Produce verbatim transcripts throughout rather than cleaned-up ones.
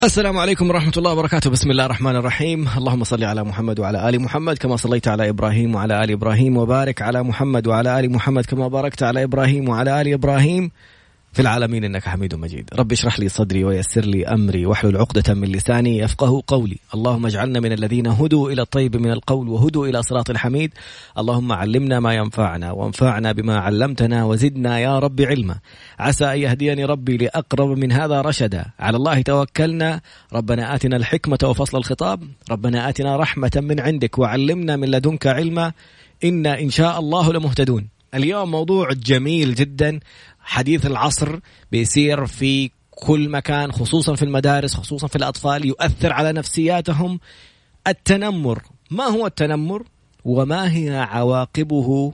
السلام عليكم ورحمة الله وبركاته. بسم الله الرحمن الرحيم. اللهم صل على محمد وعلى آل محمد كما صليت على إبراهيم وعلى آل إبراهيم، وبارك على محمد وعلى آل محمد كما باركت على إبراهيم وعلى آل إبراهيم في العالمين إنك حميد مجيد. رب اشرح لي صدري ويسر لي أمري واحلل عقدة من لساني يفقه قولي. اللهم اجعلنا من الذين هدوا إلى الطيب من القول وهدوا إلى صراط الحميد. اللهم علمنا ما ينفعنا وانفعنا بما علمتنا وزدنا يا رب علما. عسى أن يهديني ربي لأقرب من هذا رشدا. على الله توكلنا. ربنا آتنا الحكمة وفصل الخطاب. ربنا آتنا رحمة من عندك وعلمنا من لدنك علما إنا إن شاء الله لمهتدون. اليوم موضوع جميل جدا، حديث العصر بيصير في كل مكان، خصوصا في المدارس، خصوصا في الأطفال، يؤثر على نفسياتهم. التنمر، ما هو التنمر وما هي عواقبه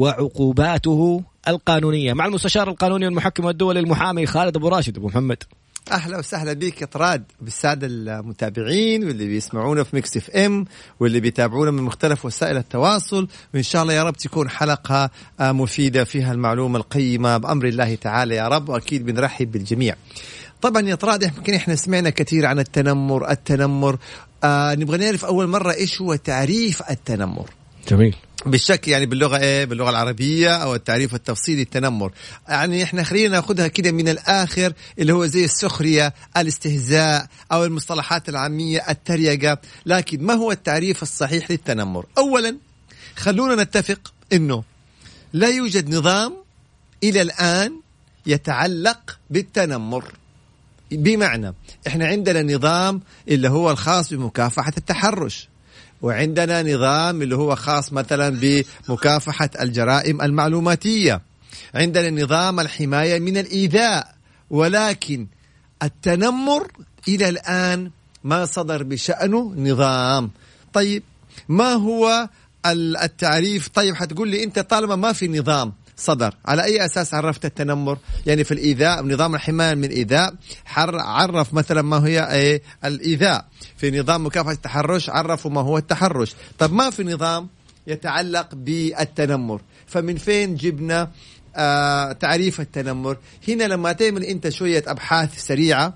وعقوباته القانونية؟ مع المستشار القانوني والمحكم الدولي المحامي خالد أبو راشد. أبو محمد، أهلا وسهلا بك طراد، بالسادة المتابعين واللي بيسمعونا في ميكس اف ام واللي بيتابعونا من مختلف وسائل التواصل، وإن شاء الله يا رب تكون حلقة مفيدة فيها المعلومة القيمة بأمر الله تعالى يا رب، وأكيد بنرحب بالجميع. طبعا يا طراد، يمكن إحنا سمعنا كثير عن التنمر التنمر آه نبغى نعرف أول مرة إيش هو تعريف التنمر. جميل. بالشك يعني باللغة إيه، باللغة العربية أو التعريف التفصيلي التنمر، يعني إحنا خلينا نأخذها كده من الآخر، اللي هو زي السخرية، الاستهزاء، أو المصطلحات العامية التريقة. لكن ما هو التعريف الصحيح للتنمر؟ أولا خلونا نتفق إنه لا يوجد نظام إلى الآن يتعلق بالتنمر. بمعنى إحنا عندنا نظام اللي هو الخاص بمكافحة التحرش، وعندنا نظام اللي هو خاص مثلا بمكافحة الجرائم المعلوماتية، عندنا نظام الحماية من الإيذاء، ولكن التنمر إلى الآن ما صدر بشأنه نظام. طيب ما هو التعريف؟ طيب حتقول لي أنت طالما ما في نظام صدر، على أي أساس عرفت التنمر؟ يعني في الإيذاء نظام الحماية من الإيذاء عرف مثلا ما هي إيه الإيذاء، في نظام مكافحة التحرش عرفوا ما هو التحرش. طب ما في نظام يتعلق بالتنمر، فمن فين جبنا آه تعريف التنمر؟ هنا لما تعمل أنت شوية أبحاث سريعة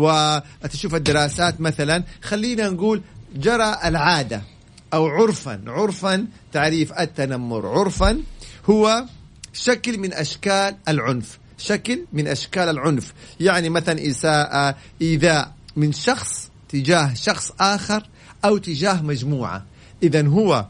وتشوف الدراسات، مثلا خلينا نقول جرى العادة أو عرفا عرفا تعريف التنمر عرفا هو شكل من أشكال العنف، شكل من أشكال العنف، يعني مثلا إساءة، إيذاء من شخص تجاه شخص آخر أو تجاه مجموعة. إذن هو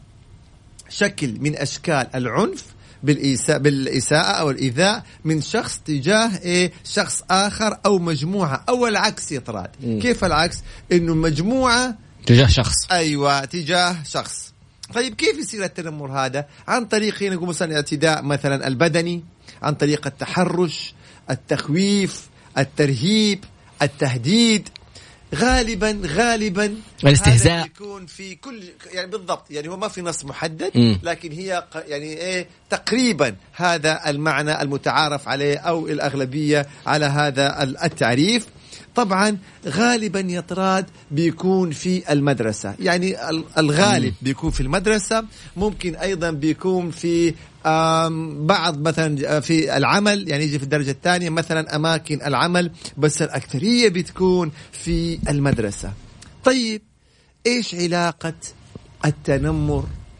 شكل من أشكال العنف بالإساءة, بالإساءة أو الإيذاء من شخص تجاه إيه شخص آخر أو مجموعة، أو العكس يطراد. كيف العكس؟ إنه مجموعة تجاه شخص. أيوة، تجاه شخص. طيب كيف يصير التنمر هذا؟ عن طريق هنا نقول مثلا الاعتداء مثلا البدني، عن طريق التحرش، التخويف، الترهيب، التهديد، غالبا غالبا الاستهزاء يكون في كل يعني بالضبط، يعني هو ما في نص محدد م. لكن هي يعني ايه تقريبا هذا المعنى المتعارف عليه او الاغلبيه على هذا التعريف. طبعا غالبا يطراد بيكون في المدرسة، يعني الغالب بيكون في المدرسة، ممكن أيضا بيكون في بعض مثلا في العمل، يعني يجي في الدرجة الثانية مثلا أماكن العمل، بس الأكثرية بتكون في المدرسة. طيب إيش علاقة التنمر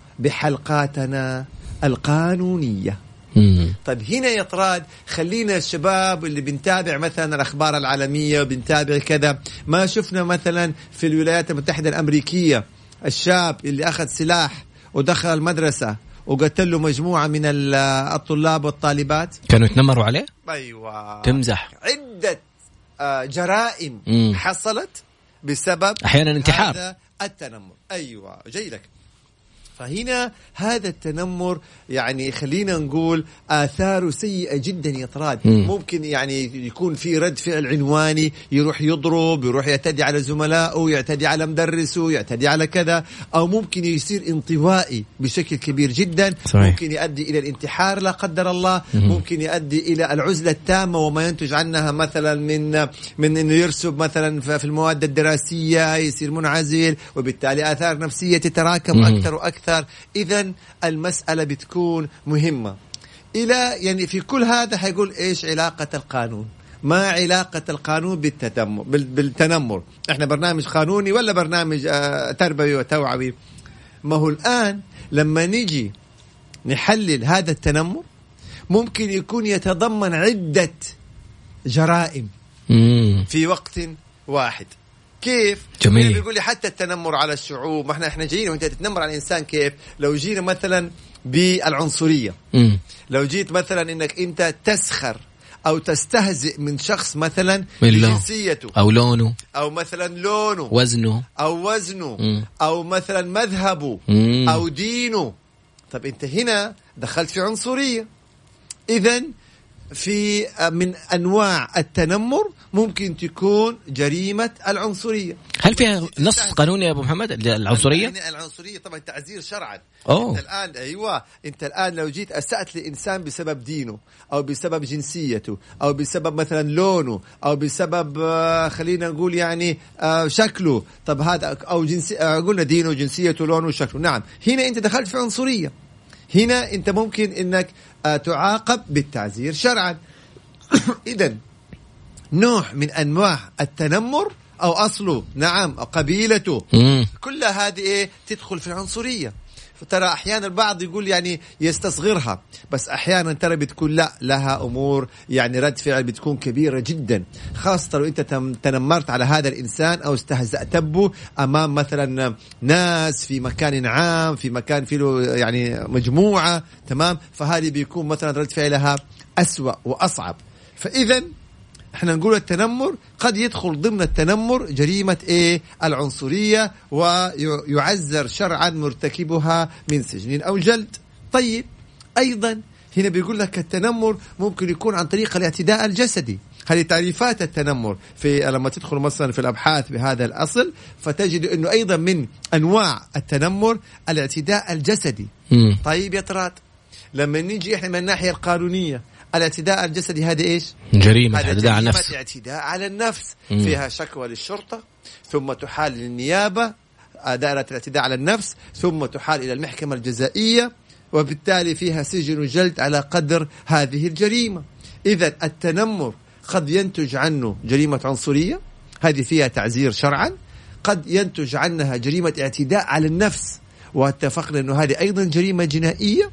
بحلقاتنا القانونية؟ طيب هنا يا طراد خلينا الشباب اللي بنتابع مثلا الأخبار العالمية وبنتابع كذا، ما شفنا مثلا في الولايات المتحدة الأمريكية الشاب اللي أخذ سلاح ودخل المدرسة وقتلوا مجموعة من الطلاب والطالبات، كانوا يتنمروا عليه؟ أيوة، تمزح. عدة جرائم مم. حصلت بسبب أحيانا انتحار. هذا التنمر. أيوة، جاي لك. فهنا هذا التنمر يعني خلينا نقول آثاره سيئة جدا يا طراد. ممكن يعني يكون في رد فعل عنواني، يروح يضرب، يروح يعتدي على زملائه، يعتدي على مدرسه، يعتدي على كذا، أو ممكن يصير انطوائي بشكل كبير جدا. صحيح. ممكن يؤدي إلى الانتحار لا قدر الله. مم. ممكن يؤدي إلى العزلة التامة وما ينتج عنها مثلا من من إنه يرسب مثلا في المواد الدراسية، يصير منعزل، وبالتالي آثار نفسية تتراكم مم. أكثر وأكثر. إذن المسألة بتكون مهمة. إلى يعني في كل هذا هيقول إيش علاقة القانون؟ ما علاقة القانون بالتتم... بالتنمر؟ احنا برنامج قانوني ولا برنامج آه تربوي وتوعوي؟ ما هو الآن لما نيجي نحلل هذا التنمر ممكن يكون يتضمن عدة جرائم مم. في وقت واحد. كيف؟ جميل. بيقول لي حتى التنمر على الشعوب، ما احنا احنا جينا وانت تتنمر على الانسان كيف؟ لو جينا مثلا بالعنصرية، مم. لو جيت مثلا انك انت تسخر او تستهزئ من شخص مثلا من جنسيته او لونه او مثلا لونه وزنه او وزنه مم. او مثلا مذهبه مم. او دينه، طب انت هنا دخلت في عنصرية. اذن في من أنواع التنمر ممكن تكون جريمة العنصرية. هل فيها نص قانوني يا أبو محمد العنصرية؟ يعني العنصرية طبعا تعزير شرعا. أوه. أنت الآن أيوة أنت الآن لو جيت أسأت لإنسان بسبب دينه أو بسبب جنسيته أو بسبب مثلا لونه أو بسبب آه خلينا نقول يعني آه شكله، طب هذا أو جنسي آه قلنا دينه جنسيته لونه وشكله، نعم هنا أنت دخلت في عنصرية. هنا أنت ممكن إنك آه تعاقب بالتعزير شرعا. إذن نوع من أنواع التنمر أو أصله نعم قبيلته مم. كل هذه إيه تدخل في العنصرية. فترى أحيانا البعض يقول يعني يستصغرها، بس أحيانا ترى بتكون لا لها أمور يعني رد فعل بتكون كبيرة جدا، خاصة لو أنت تنمرت على هذا الإنسان أو استهزأت به أمام مثلا ناس في مكان عام في مكان فيه يعني مجموعة، تمام، فهذه بيكون مثلا رد فعلها أسوأ وأصعب. فإذا احنا نقول التنمر قد يدخل ضمن التنمر جريمة ايه العنصرية ويعزر شرعا مرتكبها من سجن او جلد. طيب ايضا هنا بيقول لك التنمر ممكن يكون عن طريق الاعتداء الجسدي. هذه تعريفات التنمر في لما تدخل مثلا في الابحاث بهذا الاصل فتجد انه ايضا من انواع التنمر الاعتداء الجسدي. مم. طيب يا ترى لما نيجي احنا من الناحية القانونية الاعتداء الجسدي هذا ايش؟ جريمة اعتداء على النفس. اعتداء على النفس. مم. فيها شكوى للشرطة ثم تحال للنيابة دائرة الاعتداء على النفس ثم تحال إلى المحكمة الجزائية وبالتالي فيها سجن وجلد على قدر هذه الجريمة. إذن التنمر قد ينتج عنه جريمة عنصرية هذه فيها تعزير شرعا، قد ينتج عنها جريمة اعتداء على النفس واتفقنا أنه هذه أيضا جريمة جنائية.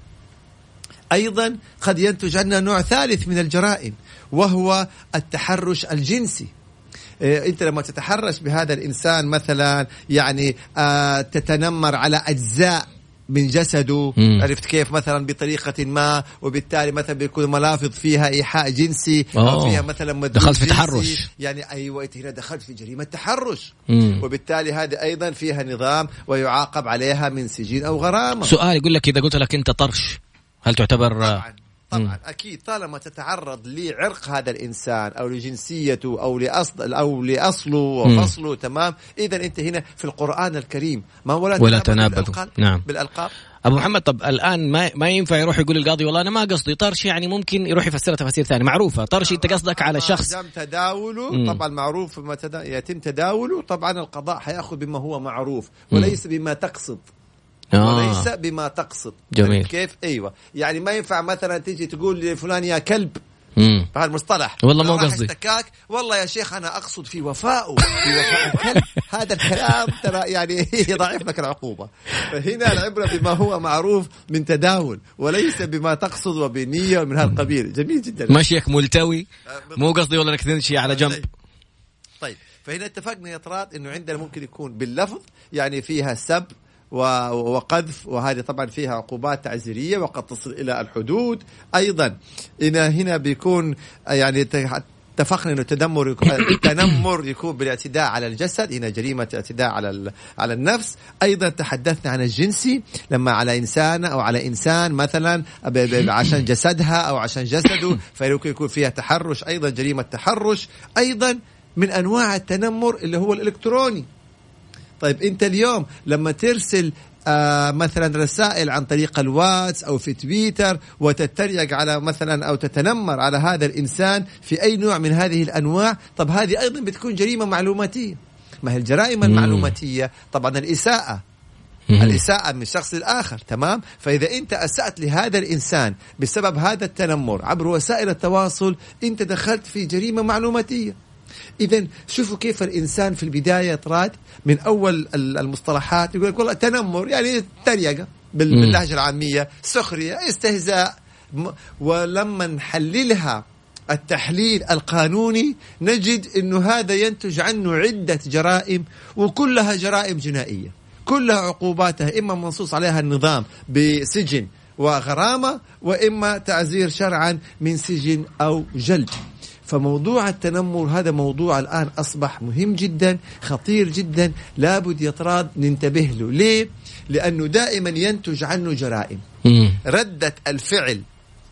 أيضا قد ينتج عنها نوع ثالث من الجرائم وهو التحرش الجنسي. إيه أنت لما تتحرش بهذا الإنسان مثلا يعني آه تتنمر على أجزاء من جسده، مم. عرفت كيف مثلا بطريقة ما وبالتالي مثلا بيكون ملافظ فيها إيحاء جنسي أوه. أو فيها مثلا مدلول دخلت في جنسي. تحرش يعني أيوة هنا دخلت في جريمة تحرش. مم. وبالتالي هذه أيضا فيها نظام ويعاقب عليها من سجين أو غرامة. سؤال يقول لك إذا قلت لك أنت طرش هل تعتبر؟ طبعا طبعا أكيد طالما تتعرض لعرق هذا الإنسان أو لجنسيته أو لأصل أو لأصله وفصله، تمام، إذا أنت هنا في القرآن الكريم ما ولا, ولا تنابذوا نعم بالألقاب. أبو محمد طب الآن ما ما ينفع يروح يقول القاضي والله أنا ما قصدي طرش، يعني ممكن يروح يفسرها تفاسير ثانية معروفة. طرش أنت قصدك على شخص تداوله، طبعا معروف ما تدا... يتم تداوله، طبعا القضاء حيأخذ بما هو معروف وليس بما تقصد. آه. وليس بما تقصد. جميل. كيف؟ أيوة يعني ما ينفع مثلا تيجي تقول لفلان يا كلب، امم هذا المصطلح والله مو قصدي والله يا شيخ أنا أقصد في وفاءه في وفاء الكلب. هذا الكلام ترى يعني يضاعف لك العقوبة. فهنا العبرة بما هو معروف من تداول وليس بما تقصد وبنية من هذا القبيل. جميل جدا. مشيك ملتوي مو قصدي والله انك تمشي على جنب. طيب فهنا اتفقنا يا طراد إنه عندنا ممكن يكون باللفظ يعني فيها سب وقذف، وهذه طبعا فيها عقوبات تعزيرية وقد تصل إلى الحدود. أيضا إن هنا بيكون يعني اتفقنا إنه التنمر التنمر يكون بالاعتداء على الجسد، هنا جريمة اعتداء على على النفس. أيضا تحدثنا عن الجنسي لما على إنسان أو على إنسان مثلا عشان جسدها أو عشان جسده فيمكن يكون فيها تحرش، أيضا جريمة تحرش. أيضا من أنواع التنمر اللي هو الإلكتروني. طيب أنت اليوم لما ترسل آه مثلا رسائل عن طريق الواتس أو في تويتر وتتريق على مثلا أو تتنمر على هذا الإنسان في أي نوع من هذه الأنواع، طب هذه أيضا بتكون جريمة معلوماتية. ما هي الجرائم المعلوماتية؟ طبعا الإساءة الإساءة من شخص للآخر. تمام. فإذا أنت أسأت لهذا الإنسان بسبب هذا التنمر عبر وسائل التواصل أنت دخلت في جريمة معلوماتية. إذن شوفوا كيف الإنسان في البداية طراد من أول المصطلحات يقول لك والله تنمر يعني تريقة باللهجة العامية، سخرية، استهزاء. ولما نحللها التحليل القانوني نجد أنه هذا ينتج عنه عدة جرائم وكلها جرائم جنائية، كلها عقوباتها إما منصوص عليها النظام بسجن وغرامة وإما تعزير شرعا من سجن أو جلد. فموضوع التنمر هذا موضوع الآن أصبح مهم جدا، خطير جدا، لابد يطراد ننتبه له. ليه؟ لأنه دائما ينتج عنه جرائم. ردة الفعل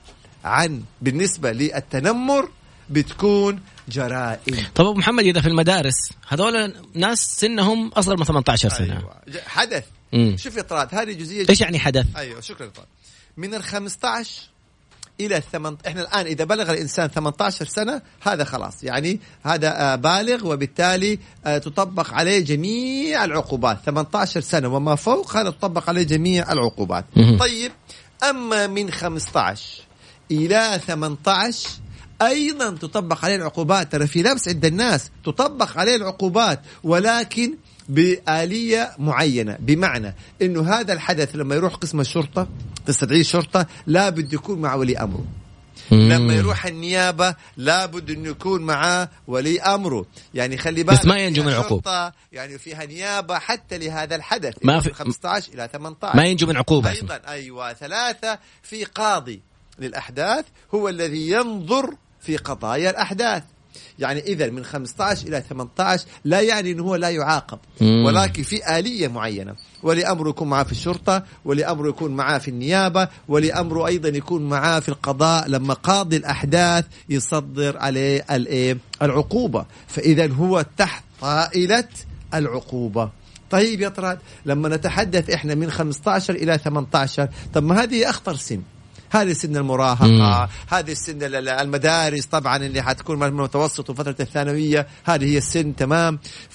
عن بالنسبة للتنمر بتكون جرائم. طب أبو محمد إذا في المدارس هذول ناس سنهم أصغر من ثمانية عشر سنة. أيوة. حدث. مم. شوف يا طراد هذه جزئية. إيش يعني حدث؟ أيوة شكرا طراد. من الخمسة عشر إلى الثمن، إحنا الآن إذا بلغ الإنسان ثمانية عشر سنة هذا خلاص يعني هذا بالغ وبالتالي تطبق عليه جميع العقوبات. ثمانية عشر سنة وما فوق هذا تطبق عليه جميع العقوبات. طيب أما من خمسة عشر إلى ثمانية عشر أيضا تطبق عليه العقوبات. ترى في لبس عند الناس، تطبق عليه العقوبات ولكن بآلية معينة. بمعنى إنه هذا الحدث لما يروح قسم الشرطة تستدعي الشرطة لابد يكون مع ولي أمره. لما يروح النيابة لابد أن يكون معاه ولي أمره. يعني خلي بالك بس ما ينجو من العقوبة، يعني فيها نيابة حتى لهذا الحدث. ما في خمسة عشر إلى ثمانية عشر ما ينجو من عقوبة أيضا. أيوة. ثلاثة في قاضي للأحداث هو الذي ينظر في قضايا الأحداث. يعني إذا من خمسة عشر إلى ثمانية عشر لا يعني أنه هو لا يعاقب، ولكن في آلية معينة. ولأمره يكون معاه في الشرطة، ولأمره يكون معاه في النيابة، ولأمره أيضا يكون معاه في القضاء لما قاضي الأحداث يصدر عليه العقوبة. فإذا هو تحت طائلة العقوبة. طيب يا طراد لما نتحدث إحنا من خمسة عشر إلى ثمانية عشر، طب ما هذه أخطر سن، هذه سن المراهقة، هذه السن المدارس طبعا اللي حتكون من المتوسط وفترة الثانوية، هذه هي السن. تمام.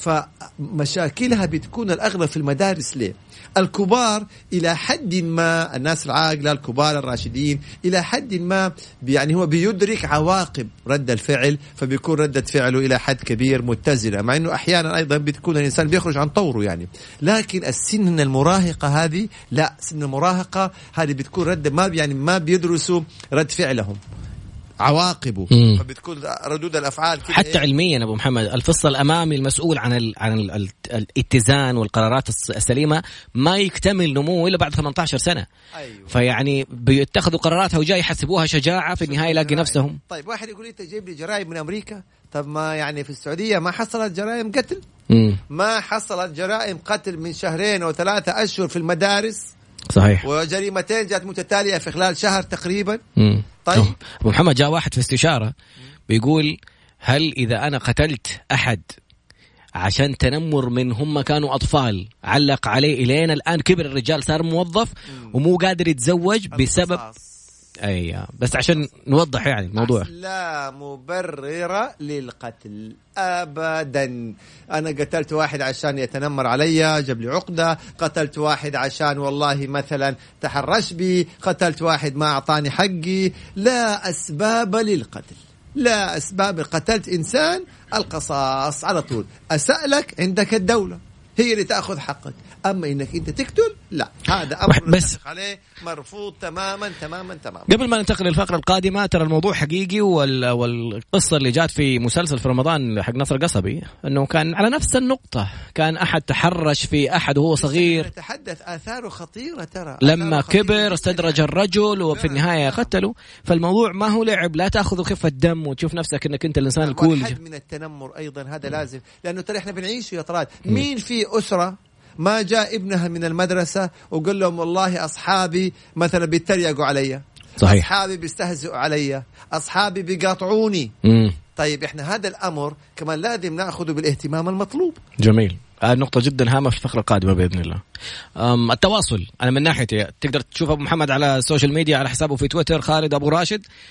فمشاكلها بتكون الأغلب في المدارس. ليه؟ الكبار إلى حد ما، الناس العاقلة الكبار الراشدين إلى حد ما يعني هو بيدرك عواقب رد الفعل، فبيكون ردة فعله إلى حد كبير متزنة، مع أنه أحيانا أيضا بتكون الإنسان بيخرج عن طوره يعني. لكن السن المراهقة هذه لا، سن المراهقة هذه بتكون رد ما يعني ما بيدرسوا رد فعلهم، عواقبه. مم. فبتكون ردود الأفعال كده. حتى إيه؟ علميا أبو محمد الفصل الأمامي المسؤول عن ال عن ال الاتزان والقرارات السليمة ما يكتمل نموه إلا بعد ثمانية عشر سنة. أيوة. فيعني بيتخذوا قراراتها وجاي يحسبوها شجاعة، في النهاية يلاقي نفسهم. طيب واحد يقول أنت جايب لي جرائم من أمريكا، طب ما يعني في السعودية ما حصلت جرائم قتل؟ مم. ما حصلت جرائم قتل من شهرين أو ثلاثة أشهر في المدارس؟ صحيح. وجريمتين جات متتالية في خلال شهر تقريبا. مم. طيب أبو محمد جاء واحد في استشارة بيقول هل إذا أنا قتلت أحد عشان تنمر من هم كانوا أطفال علق عليه إلينا الآن كبر الرجال صار موظف ومو قادر يتزوج بسبب أي بس عشان نوضح يعني الموضوع لا مبرر للقتل أبدا. أنا قتلت واحد عشان يتنمر علي جاب لي عقدة، قتلت واحد عشان والله مثلا تحرش بي، قتلت واحد ما أعطاني حقي. لا أسباب للقتل، لا أسباب. قتلت إنسان القصاص على طول. أسألك عندك الدولة هي اللي تأخذ حقك، أما إنك أنت تقتل لا، هذا أمر بس عليه مرفوض تماما تماما تماما. قبل ما ننتقل للفقرة القادمة، ترى الموضوع حقيقي، وال... والقصة اللي جات في مسلسل في رمضان حق نصر قصبي أنه كان على نفس النقطة، كان أحد تحرش في أحد وهو صغير، نتحدث آثاره خطيرة ترى، لما كبر استدرج الرجل وفي النهاية قتله. فالموضوع ما هو لعب، لا تأخذ خفة دم وتشوف نفسك أنك أنت الإنسان الكول. والحد من التنمر أيضا هذا لازم، لأنه ترى إحنا بنعيشه يا طراد. مين في أسرة ما جاء ابنها من المدرسة وقال لهم والله أصحابي مثلا بيتريقوا علي، صحيح. أصحابي بيستهزئوا علي، أصحابي بيقاطعوني. مم. طيب إحنا هذا الأمر كمان لازم نأخذه بالاهتمام المطلوب. جميل. هذه نقطة جدا هامة في الفقرة القادمة بإذن الله. التواصل أنا من ناحيتي تقدر تشوف أبو محمد على السوشيال ميديا على حسابه في تويتر خالد أبو راشد.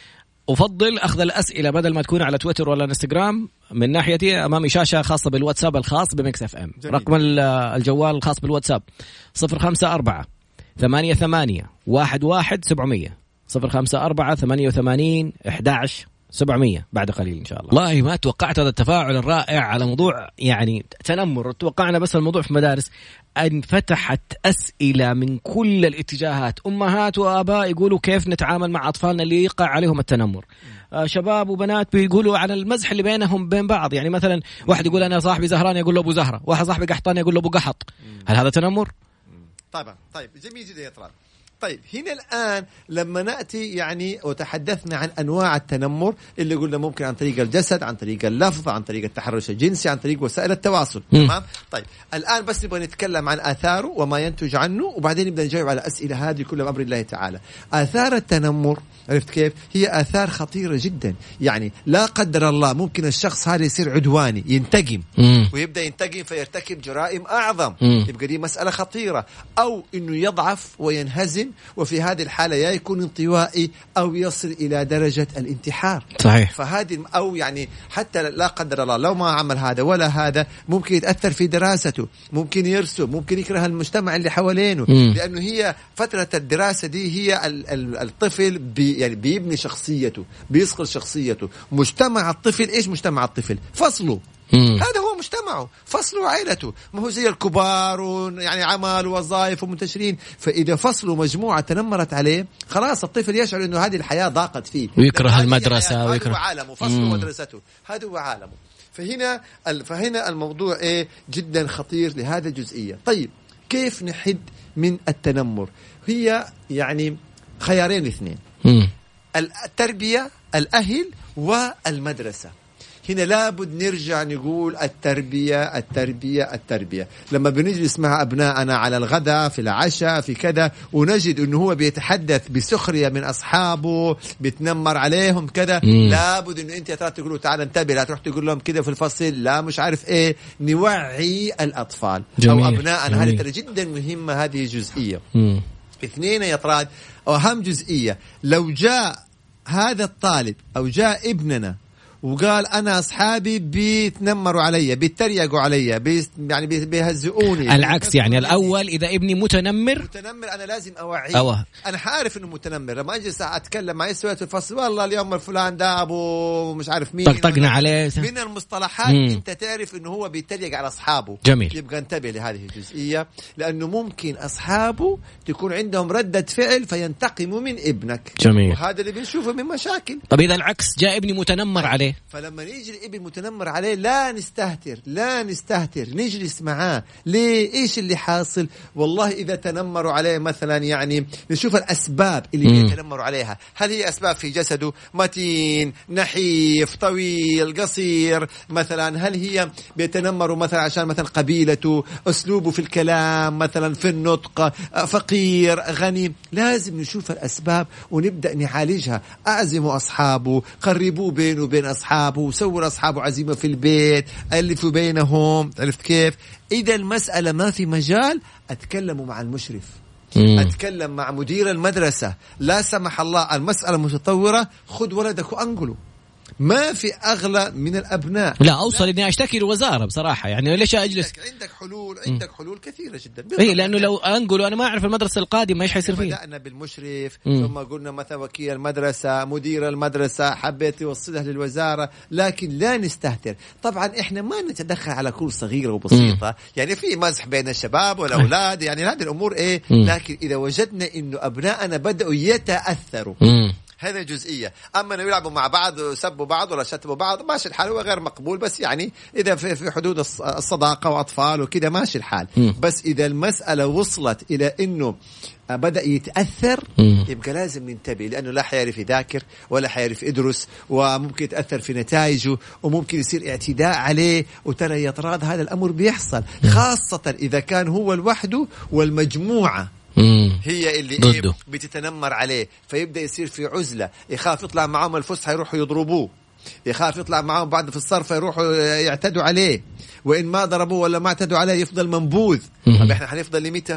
أفضل أخذ الأسئلة بدل ما تكون على تويتر ولا انستغرام. من ناحيتي أمامي شاشة خاصة بالواتساب الخاص بميكس اف ام. رقم الجوال الخاص بالواتساب صفر خمسة أربعة ثمانية ثمانية واحد واحد سبعمية صفر خمسة أربعة ثمانية وثمانين أحد عشر سبعمية بعد قليل إن شاء الله. والله ما توقعت هذا التفاعل الرائع على موضوع يعني تنمر. توقعنا بس الموضوع في مدارس، أن فتحت أسئلة من كل الاتجاهات. أمهات وآباء يقولوا كيف نتعامل مع أطفالنا اللي يقع عليهم التنمر. آه شباب وبنات بيقولوا على المزح اللي بينهم بين بعض. يعني مثلا واحد يقول أنا صاحبي زهران يقول له أبو زهرة، واحد صاحبي قحطان يقول له أبو قحط. هل هذا تنمر؟ طبعا. طيب جميل جدا يا طلال. طيب هنا الآن لما نأتي يعني وتحدثنا عن أنواع التنمر اللي قلنا ممكن عن طريق الجسد، عن طريق اللفظ، عن طريق التحرش الجنسي، عن طريق وسائل التواصل. تمام. طيب الآن بس نبغى نتكلم عن آثاره وما ينتج عنه، وبعدين نبدأ نجاوب على أسئلة هذه كلها بأمر الله تعالى. آثار التنمر عرفت كيف؟ هي آثار خطيرة جدا. يعني لا قدر الله ممكن الشخص هذا يصير عدواني، ينتقم مم. ويبدأ ينتقم فيرتكب جرائم أعظم. مم. يبقى دي مسألة خطيرة. أو إنه يضعف وينهزم، وفي هذه الحالة يا يكون انطوائي أو يصل إلى درجة الانتحار. صحيح. فهذه أو يعني حتى لا قدر الله لو ما عمل هذا ولا هذا ممكن يتأثر في دراسته، ممكن يرسم، ممكن يكره المجتمع اللي حوالينه. مم. لأنه هي فترة الدراسة دي هي الطفل بي يعني بيبني شخصيته، بيصقل شخصيته. مجتمع الطفل إيش مجتمع الطفل؟ فصله. مم. هذا هو مجتمعه، فصله وعائلته. ما هو زي الكبار ويعني عمل ووظائف ومنتشرين. فإذا فصله مجموعة تنمرت عليه خلاص الطفل يشعر إنه هذه الحياة ضاقت فيه ويكره المدرسة ويكره. هذا هو عالمه، فصله مدرسته، هذا هو عالمه. فهنا فهنا الموضوع إيه جدا خطير لهذا الجزئية. طيب كيف نحد من التنمر؟ هي يعني خيارين اثنين، مم. التربية، الأهل والمدرسة. هنا لابد نرجع نقول التربية التربية التربية. لما بنجلس مع أبنائنا على الغداء في العشاء في كذا ونجد أنه هو بيتحدث بسخرية من أصحابه، بيتنمر عليهم كذا، لابد أنه أنت ترى تقولوا تعال انتبه، لا تروح تقول لهم كذا في الفصل، لا مش عارف إيه. نوعي الأطفال جميل. أو أبنائنا. هذه ترى جدا مهمة هذه جزئية. مم. اثنين يا طراد أهم جزئية، لو جاء هذا الطالب أو جاء ابننا وقال أنا أصحابي بيتنمروا علي، بيتريقوا علي، بي يعني بيهزئوني. العكس يعني الأول إذا ابني متنمر متنمر أنا لازم أوعيه. أوه. أنا حعرف إنه متنمر. لما أجلس أتكلم مع يسوي في الفصل والله اليوم الفلان ده أبو مش عارف مين طقطقنا عليه من المصطلحات. مم. أنت تعرف إنه هو بيتريق على أصحابه. جميل. يبقى انتبه لهذه الجزئية، لأنه ممكن أصحابه تكون عندهم ردة فعل فينتقموا من ابنك. جميل. وهذا اللي بنشوفه من مشاكل. طب إذا العكس جاء ابني متنمر عليه، فلما نيجي الابن متنمر عليه لا نستهتر لا نستهتر نجلس معاه. ليه؟ إيش اللي حاصل؟ والله إذا تنمروا عليه مثلا يعني نشوف الأسباب اللي يتنمروا عليها. هل هي أسباب في جسده متين نحيف طويل قصير مثلا؟ هل هي بيتنمروا مثلا عشان مثلا قبيلته، أسلوبه في الكلام مثلا، في النطق، فقير غني؟ لازم نشوف الأسباب ونبدأ نعالجها. أعزموا أصحابه، قربوه بينه وبين أصحابه، سووا أصحابه عزيمة في البيت، ألفوا بينهم. عرفت كيف؟ إذا المسألة ما في مجال أتكلموا مع المشرف، مم. أتكلم مع مدير المدرسة. لا سمح الله المسألة متطورة، خد ولدك وأنقله. ما في أغلى من الأبناء. لا أوصل إني أشتكي الوزارة بصراحة. يعني ليش أجلس؟ عندك, عندك حلول عندك م. حلول كثيرة جدا. إيه لأنه لو أنقله أنا ما أعرف المدرسة القادمة إيش حيصير فيه. بدأنا بالمشرف م. ثم قلنا مثلا وكيل المدرسة، مدير المدرسة، حبيت يوصلها للوزارة، لكن لا نستهتر. طبعا إحنا ما نتدخل على كل صغيرة وبسيطة. م. يعني في مزح بين الشباب والأولاد، يعني هذه الأمور إيه. م. لكن إذا وجدنا إنه أبنائنا بدأوا يتأثروا، م. هذا جزئية. أما أنه يلعبوا مع بعض وسبوا بعض ولا شتموا بعض ماشي الحال، هو غير مقبول. بس يعني إذا في, في حدود الصداقة وأطفال وكذا ماشي الحال. م. بس إذا المسألة وصلت إلى أنه بدأ يتأثر م. يبقى لازم ننتبه، لأنه لا حيعرف يذاكر ولا حيعرف يدرس، وممكن يتأثر في نتائجه، وممكن يصير اعتداء عليه. وترى يطراد هذا الأمر بيحصل م. خاصة إذا كان هو لوحده والمجموعة مم. هي اللي إيه بتتنمر عليه، فيبدأ يصير في عزلة، يخاف يطلع معهم الفسحة يروحوا يضربوه، يخاف يطلع معهم بعد في الصرف يروحوا يعتدوا عليه، وإن ما ضربوه ولا ما اعتدوا عليه يفضل منبوذ. طب إحنا حنفضل لمتى؟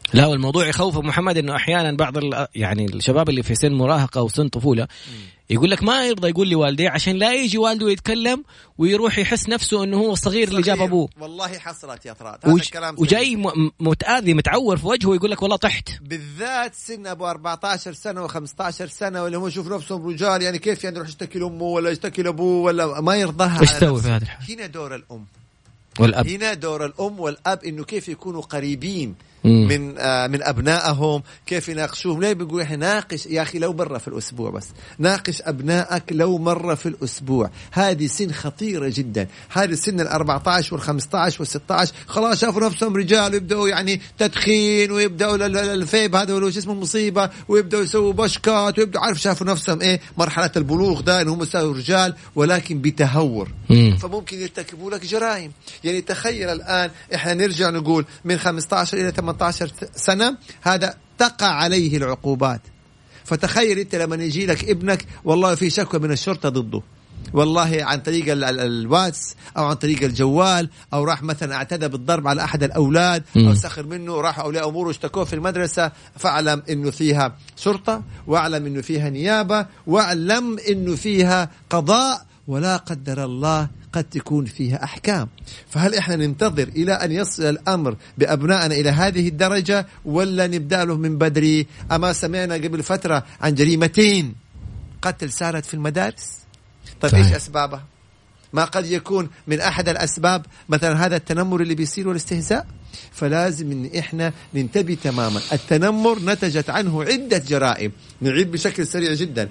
لا والموضوع يخوف محمد انه احيانا بعض يعني الشباب اللي في سن مراهقه وسن طفوله يقول لك ما يرضى يقول لي والديه عشان لا يجي والده يتكلم ويروح يحس نفسه انه هو الصغير اللي جاب ابوه. والله حصلت يا طراد هذا وج... الكلام وجاي م... متآذي متعور في وجهه ويقول لك والله طحت. بالذات سن ابو أربعة عشر سنه و15 سنه ولا هو يشوف نفسهم رجال يعني كيف يعني يروح يشتكي لامه ولا يشتكي لابوه ولا ما يرضاها. ايش تسوي في هذا الحال؟ هنا دور الام والاب. هنا دور الام والاب انه كيف يكونوا قريبين من آه من أبنائهم، كيف يناقشوهم. ليه بيقول إحنا ناقش يا أخي لو مرة في الأسبوع بس، ناقش أبنائك لو مرة في الأسبوع. هذه سن خطيرة جدا، هذه سن الأربعة عشر والخمسة عشر والستة عشر خلاص شافوا نفسهم رجال ويبدأوا يعني تدخين ويبدأوا الفيب هذا ولا اسمه مصيبة ويبدأوا يسووا بشكات ويبدأوا عارف شافوا نفسهم إيه مرحلة البلوغ ده إنهم يساووا رجال ولكن بتهور. مم. فممكن يرتكبوا لك جرائم. يعني تخيل الآن إحنا نرجع نقول من خمسة عشر إلى ثمانية عشر سنة هذا تقع عليه العقوبات. فتخيل أنت لما يجي لك ابنك والله في شكوى من الشرطة ضده والله عن طريق الواتس أو عن طريق الجوال أو راح مثلا اعتدى بالضرب على أحد الأولاد أو سخر منه راح أولياء أموره اشتكوه في المدرسة، فاعلم إنه فيها شرطة واعلم إنه فيها نيابة واعلم إنه فيها قضاء ولا قدر الله قد تكون فيها أحكام. فهل إحنا ننتظر إلى أن يصل الأمر بأبنائنا إلى هذه الدرجة ولا نبدأ له من بدري؟ أما سمعنا قبل فترة عن جريمتين قتل صارت في المدارس. طيب إيش أسبابها؟ ما قد يكون من أحد الأسباب مثلا هذا التنمر اللي بيصير والاستهزاء. فلازم إن إحنا ننتبه تماما. التنمر نتجت عنه عدة جرائم، نعيد بشكل سريع جدا.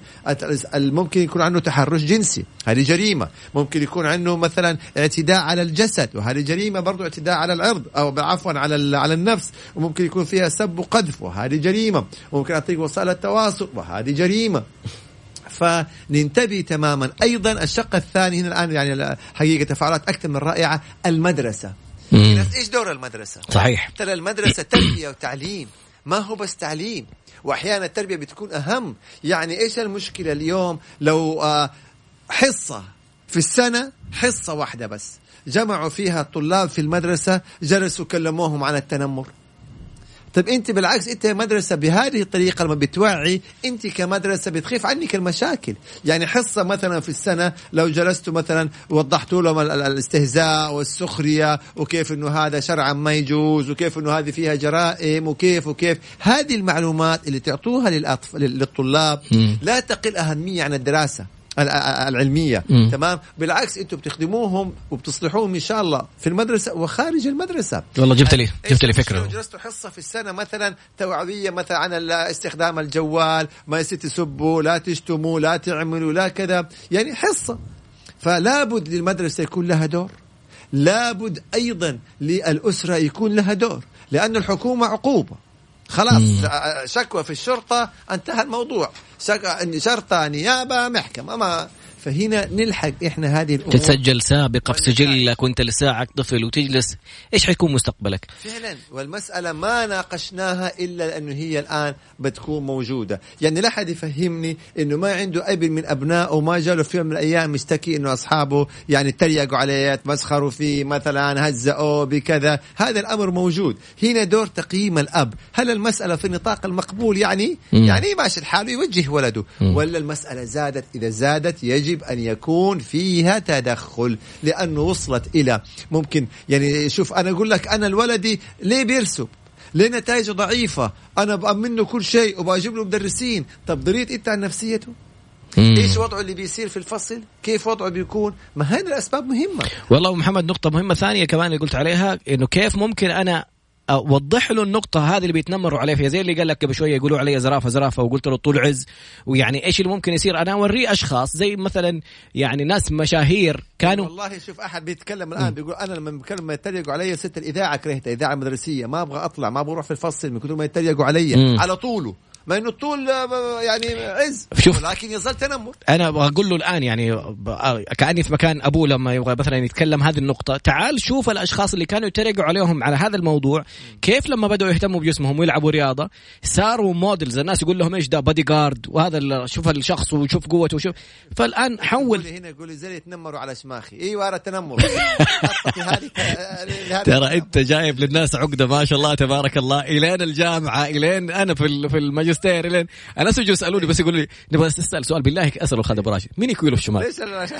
ممكن يكون عنه تحرش جنسي، هذه جريمة. ممكن يكون عنه مثلا اعتداء على الجسد، وهذه جريمة برضو. اعتداء على العرض أو عفوا على على النفس، وممكن يكون فيها سب وقذف، وهذه جريمة. ممكن عن طريق وسائل التواصل، وهذه جريمة. فننتبه تماما. أيضا الشق الثاني هنا الآن يعني حقيقة تفاعلات أكثر من رائعة، المدرسة. إيش دور المدرسة؟ صحيح. ترى المدرسة تربية وتعليم، ما هو بس تعليم، وأحيانا التربية بتكون أهم. يعني إيش المشكلة اليوم لو حصة في السنة، حصة واحدة بس جمعوا فيها الطلاب في المدرسة جلسوا كلموهم عن التنمر؟ طيب انت بالعكس، انت مدرسة بهذه الطريقة لما بتوعي انت كمدرسة بتخيف عنك المشاكل. يعني حصة مثلا في السنة لو جلستوا مثلا وضحتوا لهم الاستهزاء والسخرية وكيف انه هذا شرعا ما يجوز وكيف انه هذه فيها جرائم وكيف وكيف هذه المعلومات اللي تعطوها للأطفال للطلاب م. لا تقل أهمية عن الدراسة العلمية. م. تمام. بالعكس انتم بتخدموهم وبتصلحوهم ان شاء الله في المدرسة وخارج المدرسة. والله جبت لي جبت لي فكرة. لو جلستوا حصة في السنة مثلا توعوية مثلا عن استخدام الجوال، ما يصير تسبوا، لا تشتموا، لا تعملوا، لا كذا، يعني حصة. فلا بد للمدرسة يكون لها دور، لابد ايضا للأسرة يكون لها دور، لأن الحكومة عقوبة. خلاص مم. شكوى في الشرطة انتهى الموضوع، شرطة نيابة محكمة ما. فهنا نلحق إحنا هذه الأمور. تتسجل سابقة في سجلك وانت لساعك طفل وتجلس، إيش حيكون مستقبلك فعلا؟ والمسألة ما ناقشناها إلا لأنه هي الآن بتكون موجودة. يعني لا حد يفهمني إنه ما عنده ابن من أبنائه وما جاله في يوم من الأيام مشتكي إنه أصحابه يعني تريقوا عليه، تمسخروا فيه مثلا، هزأوه بكذا. هذا الأمر موجود. هنا دور تقييم الأب. هل المسألة في نطاق المقبول يعني م. يعني ماشي الحال يوجه ولده م. ولا المسألة زادت؟ إذا زادت يجب أن يكون فيها تدخل، لأنه وصلت إلى ممكن يعني شوف أنا أقول لك أنا الولدي ليه بيرسب، ليه نتائجه ضعيفة، أنا بأمنه كل شيء وبأجيب له مدرسين. طب دريت أنت عن نفسيته؟ مم. إيش وضعه اللي بيصير في الفصل؟ كيف وضعه بيكون؟ ما هذه الأسباب مهمة. والله محمد نقطة مهمة ثانية كمان اللي قلت عليها، إنه كيف ممكن أنا وضح له النقطة هذه اللي بيتنمروا عليه فيها، زي اللي قال لك قبل شوية يقولوا علي زرافة زرافة وقلت له طول عز. ويعني إيش اللي ممكن يصير؟ أنا أوريه أشخاص زي مثلا يعني ناس مشاهير كانوا. والله شوف أحد بيتكلم الآن بيقول أنا لما بيتكلم ما يتريقوا علي ست الإذاعة كرهتها، إذاعة مدرسية ما أبغى أطلع، ما أبغى أروح في الفصل من كثر ما يتريقوا علي م. على طوله ما إنه الطول يعني عز، ولكن يظل تنمر. أنا بقول له الآن يعني كأني في مكان أبوه لما يبغى مثلا يتكلم هذه النقطة، تعال شوف الأشخاص اللي كانوا يتريقوا عليهم على هذا الموضوع كيف لما بدأوا يهتموا بجسمهم ويلعبوا رياضة صاروا موديلز، الناس يقول لهم إيش ده بادي جارد، وهذا شوف الشخص وشوف قوته وشوف. فالآن حول هنا يقول زي يتنمروا على شماخي. ايوه ارى التنمر. ترى انت جايب للناس عقده ما شاء الله تبارك الله، الين الجامعه الين انا في في الماجستير الين انا سجوا يسالوني بس يقولوا لي نبغى نسال سؤال بالله اساله خالد ابو راشد مين يكويله في الشمال.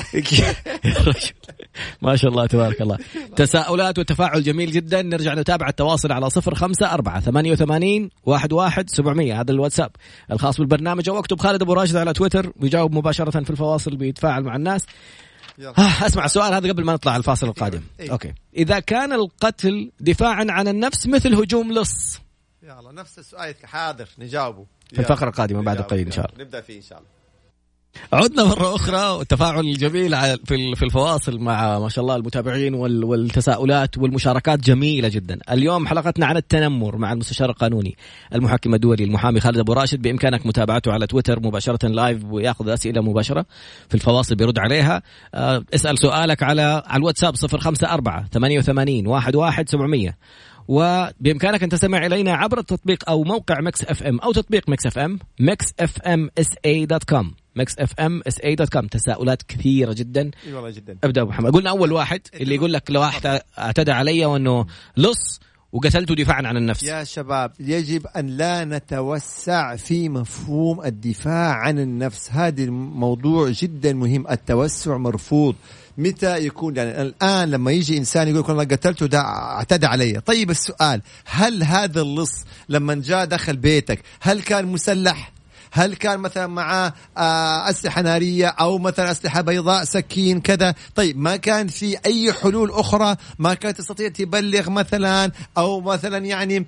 ما شاء الله تبارك الله. تساؤلات وتفاعل جميل جدا. نرجع نتابع التواصل على صفر خمسة أربعة ثمانية وثمانين واحد واحد سبعمية، هذا الواتساب الخاص بالبرنامج، او اكتب خالد ابو راشد على تويتر ويجاوب مباشره في الفواصل بيتفاعل مع الناس. آه اسمع السؤال هذا قبل ما نطلع الفاصل القادم. إيه؟ أوكي. إذا كان القتل دفاعا عن النفس مثل هجوم لص. يلا نفس السؤال حاضر نجاوبه في الفقرة القادمة بعد قليل إن شاء الله. نبدأ فيه إن شاء الله. عدنا مرة أخرى والتفاعل الجميل في في الفواصل مع ما شاء الله المتابعين والتساؤلات والمشاركات جميلة جدا. اليوم حلقتنا عن التنمر مع المستشار القانوني المحكم الدولي المحامي خالد أبو راشد. بإمكانك متابعته على تويتر مباشرة لايف ويأخذ أسئلة مباشرة في الفواصل بيرد عليها. اسأل سؤالك على على الواتساب صفر خمسة أربعة ثمانية وثمانين واحد واحد سبعمية. وبإمكانك أن تستمع إلينا عبر التطبيق أو موقع ميكس اف ام أو تطبيق ميكس اف ام ميكس اف ام اس اي دوت كوم ميكس اف ام اس اي دوت كوم. تساؤلات كثيرة جدا. والله جدا. ابدأ أبو محمد. قلنا أول واحد اللي يقول لك لو واحد اعتدى علي وأنه لص وقتلته دفاعا عن النفس. يا شباب يجب أن لا نتوسع في مفهوم الدفاع عن النفس، هذا الموضوع جدا مهم. التوسع مرفوض. متى يكون يعني الآن لما يجي إنسان يقول لك أنا قتلته ده اعتدى علي، طيب السؤال هل هذا اللص لما جاء دخل بيتك هل كان مسلح؟ هل كان مثلا معاه أسلحة نارية أو مثلا أسلحة بيضاء سكين كذا؟ طيب ما كان في أي حلول أخرى؟ ما كانت تستطيع تبلغ مثلا أو مثلا يعني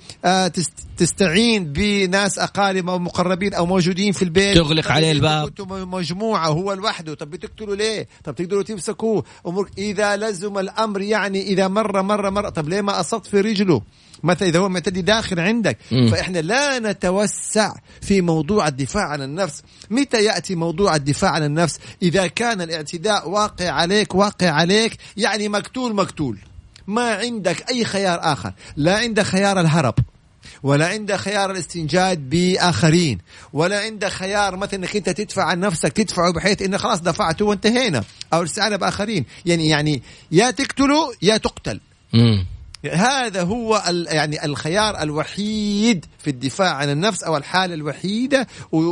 تستعين بناس أقارب أو مقربين أو موجودين في البيت تغلق عليه الباب؟ مجموعة هو لوحده، طب بتقتلوا ليه؟ طب تقدروا تمسكوه أمور إذا لزم الأمر، يعني إذا مرة مرة مرة طب ليه ما أصبت في رجله مثلا إذا هو معتدي داخل عندك؟ م. فإحنا لا نتوسع في موضوع الدفاع عن النفس. متى يأتي موضوع الدفاع عن النفس؟ إذا كان الاعتداء واقع عليك واقع عليك يعني مقتول مقتول، ما عندك أي خيار آخر، لا عندك خيار الهرب ولا عندك خيار الاستنجاد بآخرين ولا عندك خيار مثلا انك انت تدفع عن نفسك تدفعه بحيث انه خلاص دفعته وانتهينا، او الاستعانة بآخرين. يعني يعني يا تقتله يا تقتل. م. هذا هو يعني الخيار الوحيد في الدفاع عن النفس أو الحالة الوحيدة،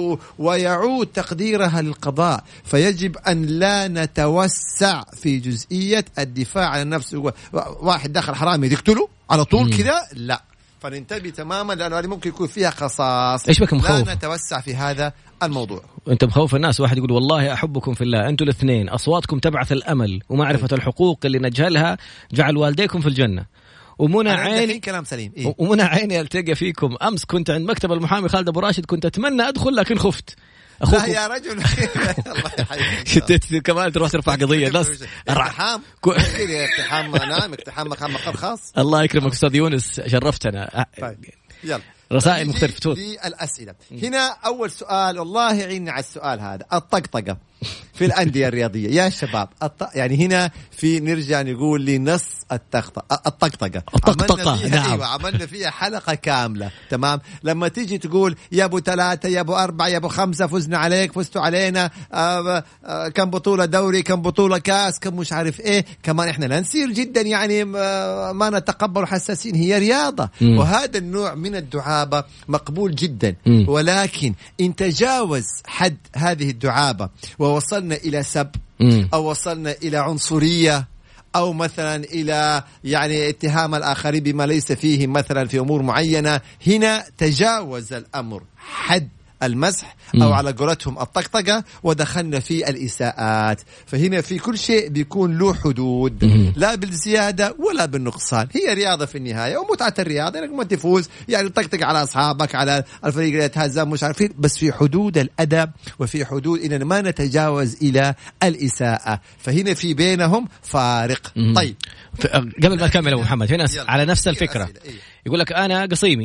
ويعود تقديرها للقضاء. فيجب أن لا نتوسع في جزئية الدفاع عن النفس. واحد دخل حرامي تقتله على طول كذا لا، فننتبه تماما لأنه هذه ممكن يكون فيها قصاص. إيش بك مخوف؟ لا نتوسع في هذا الموضوع. أنت مخوف الناس. واحد يقول والله أحبكم في الله، أنتوا الاثنين أصواتكم تبعث الأمل ومعرفة الحقوق اللي نجهلها جعل والديكم في الجنة. ومنى عيني كلام سليم. إيه؟ ومنى عيني التقى فيكم امس، كنت عند مكتب المحامي خالد ابو راشد، كنت اتمنى ادخل لكن خفت. لا يا رجل الله يحييك. شتيت كمان تروح ترفع قضيه ناس اقتحام اقتحام نعم اقتحام مقام خاص. الله يكرمك استاذ يونس، شرفتنا. طيب يلا رسائل مختلفة في الأسئلة. هنا أول سؤال والله يعيني على السؤال هذا، الطقطقة في الأندية الرياضية يا شباب. الط... يعني هنا في نرجع نقول لنص التخطق الطقطقة الطقطقة عملنا فيها نعم. أيوة عملنا فيها حلقة كاملة تمام. لما تيجي تقول يا أبو ثلاثة يا أبو أربعة يا أبو خمسة فزنا عليك فزتوا علينا آه آه كم بطولة دوري كم بطولة كاس كم مش عارف إيه، كمان إحنا لا نصير جدا يعني آه ما نتقبل حساسين. هي رياضة م. وهذا النوع من الدعابة مقبول جدا م. ولكن إن تجاوز حد هذه الدعابة ووصلنا إلى سب م. أو وصلنا إلى عنصرية أو مثلا إلى يعني اتهام الآخرين بما ليس فيه مثلا في أمور معينة، هنا تجاوز الأمر حد المسح أو على قولتهم الطقطقة ودخلنا في الإساءات. فهنا في كل شيء بيكون له حدود، لا بالزيادة ولا بالنقصان. هي رياضة في النهاية ومتعة الرياضة انك ما تفوز يعني طقطق على أصحابك على الفريق اللي يتهزم مش عارفين، بس في حدود الأدب وفي حدود إننا ما نتجاوز إلى الإساءة. فهنا في بينهم فارق. طيب قبل ما أكمل أبو محمد هنا على نفس الفكرة يقول لك أنا قصيمي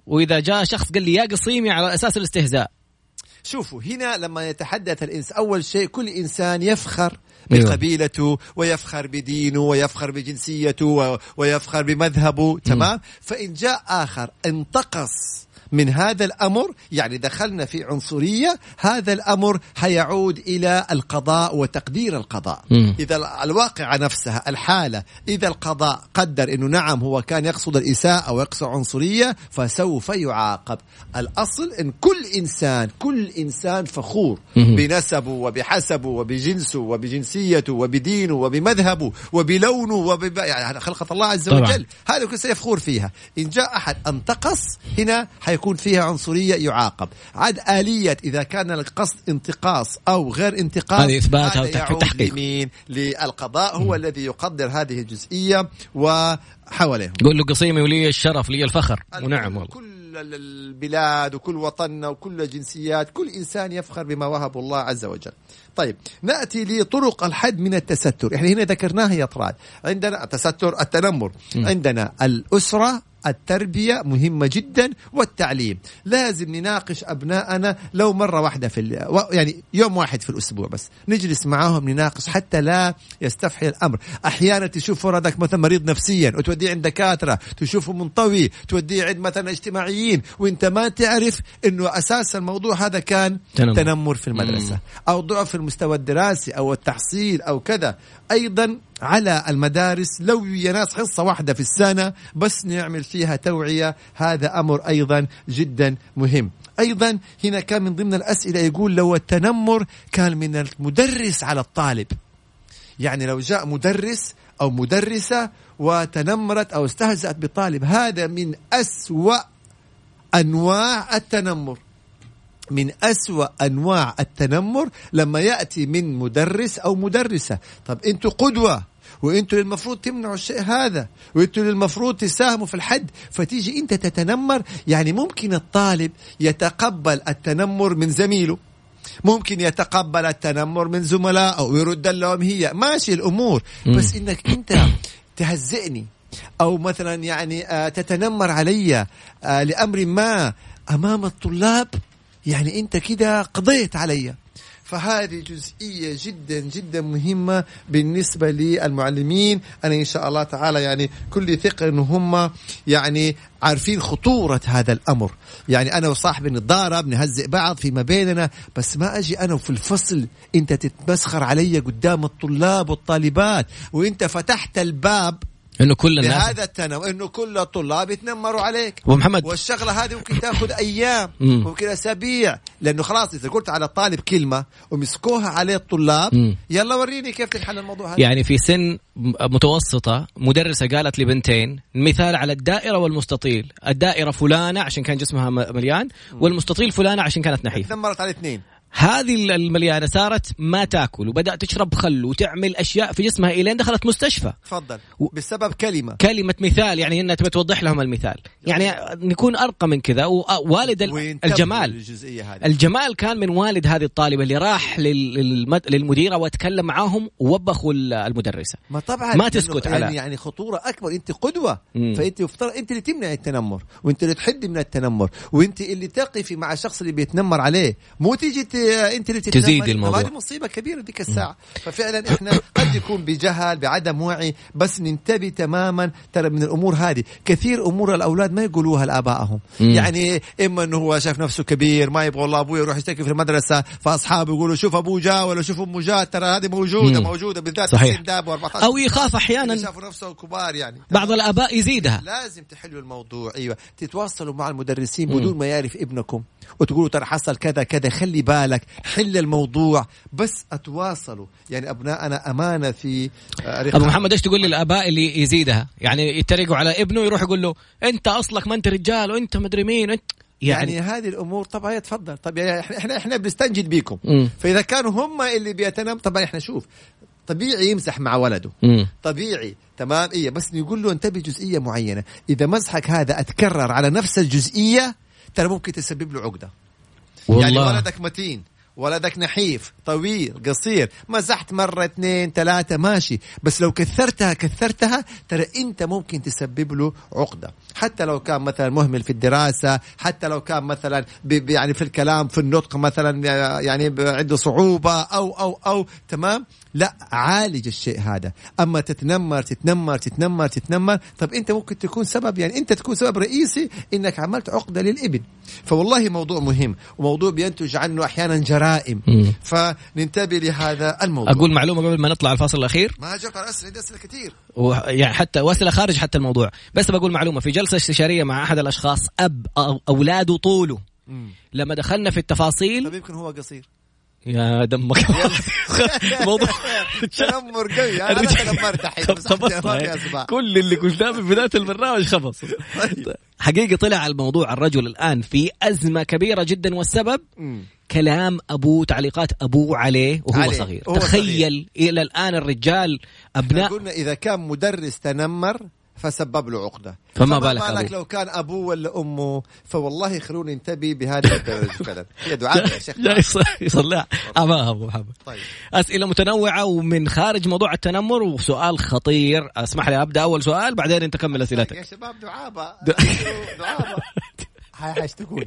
وإذا جاء شخص قال لي يا قصيمي على أساس الاستهزاء. شوفوا هنا لما يتحدث الإنسان أول شيء كل إنسان يفخر أيوة. بقبيلته ويفخر بدينه ويفخر بجنسيته ويفخر بمذهبه. تمام. فإن جاء آخر انتقص من هذا الأمر يعني دخلنا في عنصرية، هذا الأمر حيعود إلى القضاء وتقدير القضاء. م. إذا الواقع نفسها الحالة إذا القضاء قدر إنه نعم هو كان يقصد الإساءة أو يقصد عنصرية فسوف يعاقب. الأصل إن كل إنسان كل إنسان فخور م. بنسبه وبحسبه وبجنسه وبجنسيته وبدينه وبمذهبه وبلونه وب يعني خلقة الله عز وجل طبعا. هذا كل شيء فخور فيها. إن جاء أحد انتقص هنا حيكون يكون فيها عنصرية يعاقب. عاد آلية إذا كان القصد انتقاص أو غير انتقاص هذه إثباتها يعود لمين؟ للقضاء هو م. الذي يقدر هذه الجزئية وحوله. قول له قصيمي ولي الشرف لي الفخر. ونعم والله كل البلاد وكل وطننا وكل الجنسيات كل إنسان يفخر بما وهب الله عز وجل. طيب نأتي لطرق الحد من التستر. إحنا هنا ذكرناها يا طراد. عندنا التستر التنمر م. عندنا الأسرة التربية مهمة جدا والتعليم. لازم نناقش أبناءنا لو مرة واحدة في يعني يوم واحد في الأسبوع بس نجلس معاهم نناقش حتى لا يستفحل الأمر. أحيانا تشوف ولدك مثلا مريض نفسيا وتوديه عند دكاترة، تشوفه منطوي توديه عند مثلا اجتماعيين وانت ما تعرف انه أساس الموضوع هذا كان تنمر, تنمر في المدرسة مم. أو ضعف في المستوى الدراسي أو التحصيل أو كذا. أيضا على المدارس لو يناس حصة واحدة في السنة بس نعمل فيها توعية، هذا أمر أيضا جدا مهم. أيضا هنا كان من ضمن الأسئلة يقول لو التنمر كان من المدرس على الطالب، يعني لو جاء مدرس أو مدرسة وتنمرت أو استهزأت بطالب، هذا من أسوأ أنواع التنمر. من أسوأ أنواع التنمر لما يأتي من مدرس أو مدرسة. طب أنتوا قدوة وأنتوا المفروض تمنعوا الشيء هذا وأنتوا المفروض تساهموا في الحد، فتيجي أنت تتنمر. يعني ممكن الطالب يتقبل التنمر من زميله، ممكن يتقبل التنمر من زملاء أو يرد لهم هي ماشي الأمور، بس إنك أنت تهزئني أو مثلا يعني آه تتنمر علي آه لأمر ما أمام الطلاب، يعني أنت كده قضيت علي. فهذه جزئية جدا جدا مهمة بالنسبة للمعلمين. أنا إن شاء الله تعالى يعني كل ثقة إن هم يعني عارفين خطورة هذا الأمر. يعني أنا وصاحبي نتضارب نهزئ بعض فيما بيننا، بس ما أجي أنا وفي الفصل أنت تتمسخر علي قدام الطلاب والطالبات وأنت فتحت الباب إنه كل الناس هذا التنمر، إنه كل الطلاب يتنمروا عليك. ومحمد والشغلة هذه ممكن تأخذ أيام ممكن أسابيع، لأنه خلاص إذا قلت على الطالب كلمة ومسكوها عليه الطلاب مم. يلا وريني كيف تنحل الموضوع هذا. يعني في سن متوسطة مدرسة قالت لبنتين مثال على الدائرة والمستطيل، الدائرة فلانة عشان كان جسمها مليان والمستطيل فلانة عشان كانت نحيف. تنمرت على اثنين. هذه المليانة صارت ما تاكل وبدأت تشرب خل وتعمل أشياء في جسمها إلى أن دخلت مستشفى. تفضل و... بسبب كلمة كلمة مثال، يعني إنها تبي توضح لهم المثال. يعني نكون أرقى من كذا. ووالد الجمال الجمال كان من والد هذه الطالبة اللي راح لل... للمديرة وتكلم معاهم ووبخوا المدرسة. ما طبعا ما تسكت يعني على يعني خطورة أكبر. أنت قدوة مم. فأنت يفترض أنت اللي تمنع التنمر وأنت اللي تحد من التنمر وأنت اللي تقفي مع الشخص اللي بيتنمر عليه، مو تيجي انت اللي تزيد الموضوع. هذه مصيبه كبيره ذيك الساعه. ففعلا احنا قد يكون بجهل بعدم وعي، بس ننتبه تماما. ترى من الامور هذه كثير امور الاولاد ما يقولوها لابائهم. يعني اما انه هو شاف نفسه كبير ما يبغى الله ابوه يروح يشتكي في المدرسه، فاصحابه يقولوا شوف ابوه جاء ولا شوف امه جاء. ترى هذه موجوده مم. موجوده بالذات في سن او يخاف احيانا شافوا نفسه كبار. يعني بعض الاباء يزيدها. لازم تحلوا الموضوع. ايوه تتواصلوا مع المدرسين مم. بدون ما يعرف ابنكم وتقولوا ترى حصل كذا كذا، خلي بالك، حل الموضوع، بس اتواصلوا. يعني ابنائنا امانه في رقاب. ابو محمد ايش تقول للاباء اللي يزيدها، يعني يتريقوا على ابنه يروح يقول له انت اصلك ما انت رجال وانت مدري مين انت. يعني, يعني هذه الامور طبعا يتفضل. طب يعني احنا احنا بنستنجد بيكم. م. فاذا كانوا هم اللي بيتنم طبعا احنا شوف طبيعي يمزح مع ولده م. طبيعي تمام إيه، بس نقول له انتبه جزئيه معينه. اذا مزحك هذا اتكرر على نفس الجزئيه ترى ممكن تسبب له عقده. والله. يعني ولدك متين، ولدك نحيف، طويل، قصير، مزحت مرة اثنين ثلاثة ماشي، بس لو كثرتها كثرتها ترى انت ممكن تسبب له عقدة. حتى لو كان مثلا مهمل في الدراسة، حتى لو كان مثلا يعني في الكلام في النطق مثلا يعني عنده صعوبة أو أو أو تمام، لا عالج الشيء هذا. أما تتنمر تتنمر تتنمر تتنمر، طب أنت ممكن تكون سبب، يعني أنت تكون سبب رئيسي إنك عملت عقدة للابن. فوالله موضوع مهم، وموضوع بينتج عنه أحيانا جرائم، فننتبه لهذا الموضوع. أقول معلومة قبل ما نطلع الفاصل الأخير، ما جاء على أسئلة أسئلة كتير يعني حتى وأسئلة خارج حتى الموضوع، بس بقول معلومة. في جلسة استشارية مع أحد الأشخاص أب أولاده طوله، مم. لما دخلنا في التفاصيل، طب يمكن هو قصير يا دمك موضوع تنمر قوي. أنا تنمرت الحين كل اللي قلناه في بداية البرنامج خبص. حقيقة طلع الموضوع الرجل الآن في أزمة كبيرة جدا، والسبب م. كلام أبوه، تعليقات أبوه عليه وهو عليه. صغير. هو تخيل صغير. إلى الآن الرجال أبناء، قلنا إذا كان مدرس تنمر فسبب له عقدة، فما بالك, بالك لو كان أبوه ولا أمه. فوالله خلونا ننتبه بهذا الفعل. هي دعاء يا شيخ يصلح أباها أبو محمد. طيب. أسئلة متنوعة ومن خارج موضوع التنمر، وسؤال خطير. أسمح لي أبدأ أول سؤال بعدين أنت كمل أسئلتك يا شباب. دعابة دعابة هايشتكوني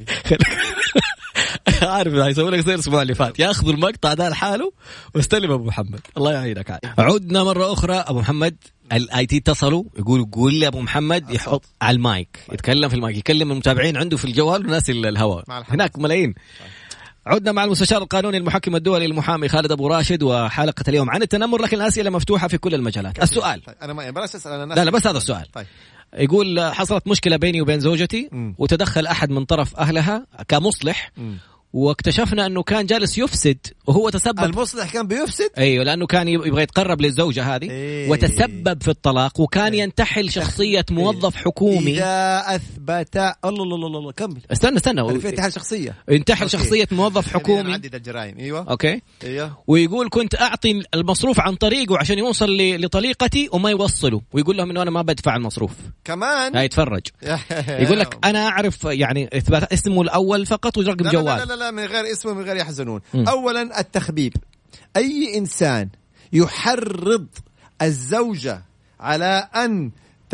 عارف هيسوي لك زي الأسبوع اللي فات، ياخذوا المقطع ده لحاله واستلم أبو محمد. الله يعينك عادي. عدنا مرة أخرى أبو محمد. الاي تي اتصلوا يقولوا قول لي ابو محمد يحط على المايك، يتكلم في المايك، يكلم المتابعين عنده في الجوال وناس الهواء هناك ملايين. عدنا مع المستشار القانوني المحكم الدولي المحامي خالد ابو راشد، وحلقه اليوم عن التنمر، لكن الاسئله مفتوحه في كل المجالات. السؤال طيب. انا ما بلاش اسال انا، لا لا بس هذا السؤال. طيب. يقول حصلت مشكله بيني وبين زوجتي، م. وتدخل احد من طرف اهلها كمصلح، م. واكتشفنا انه كان جالس يفسد، وهو تسبب. المصلح كان بيفسد؟ ايوه، لانه كان يبغى يتقرب للزوجه هذه، إيه. وتسبب في الطلاق، وكان إيه. ينتحل شخصيه إيه. موظف حكومي. اذا اثبت الله الله الله الله كمل استنى استنى في انتحال شخصيه، انتحل شخصيه موظف حكومي عدد الجرائم. ايوه اوكي ايوه. ويقول كنت اعطي المصروف عن طريقه عشان يوصل لطليقتي وما يوصله، ويقول لهم انه انا ما بدفع المصروف كمان. هاي يتفرج يقول لك انا اعرف يعني اثبات اسمه الاول فقط ورقم جوال. لا لا لا من غير اسمه من غير يحزنون. م. اولا التخبيب، اي انسان يحرض الزوجه على ان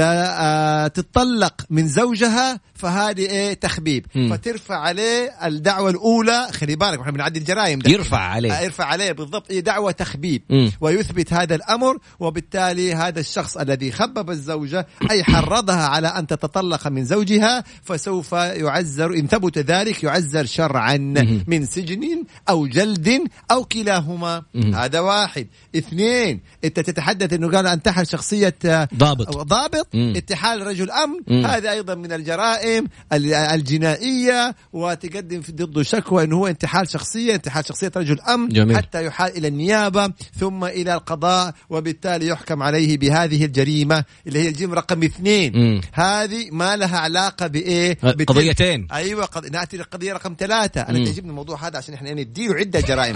تتطلق من زوجها فهذه ايه تخبيب. م. فترفع عليه الدعوة الأولى. خلي بالك احنا بنعدي الجرائم ده. يرفع عليه يرفع عليه بالضبط ايه دعوة تخبيب. م. ويثبت هذا الأمر، وبالتالي هذا الشخص الذي خبب الزوجة أي حرضها على أن تتطلق من زوجها فسوف يعزر إن ثبت ذلك يعزر شرعا م. من سجن أو جلد أو كلاهما. م. هذا واحد. اثنين، انت تتحدث انه قال انتحل شخصية ضابط ضابط مم. اتحال رجل أمن. مم. هذا أيضا من الجرائم الجنائية، وتقدم ضده شكوى أنه هو انتحال شخصية انتحال شخصية رجل أمن. جميل. حتى يحال إلى النيابة ثم إلى القضاء، وبالتالي يحكم عليه بهذه الجريمة اللي هي الجريمة رقم اثنين. مم. هذه ما لها علاقة بإيه قضيتين. أيوة قض... نأتي للقضية رقم ثلاثة. أنا تعجبني الموضوع هذا عشان إحنا نديله عدة جرائم.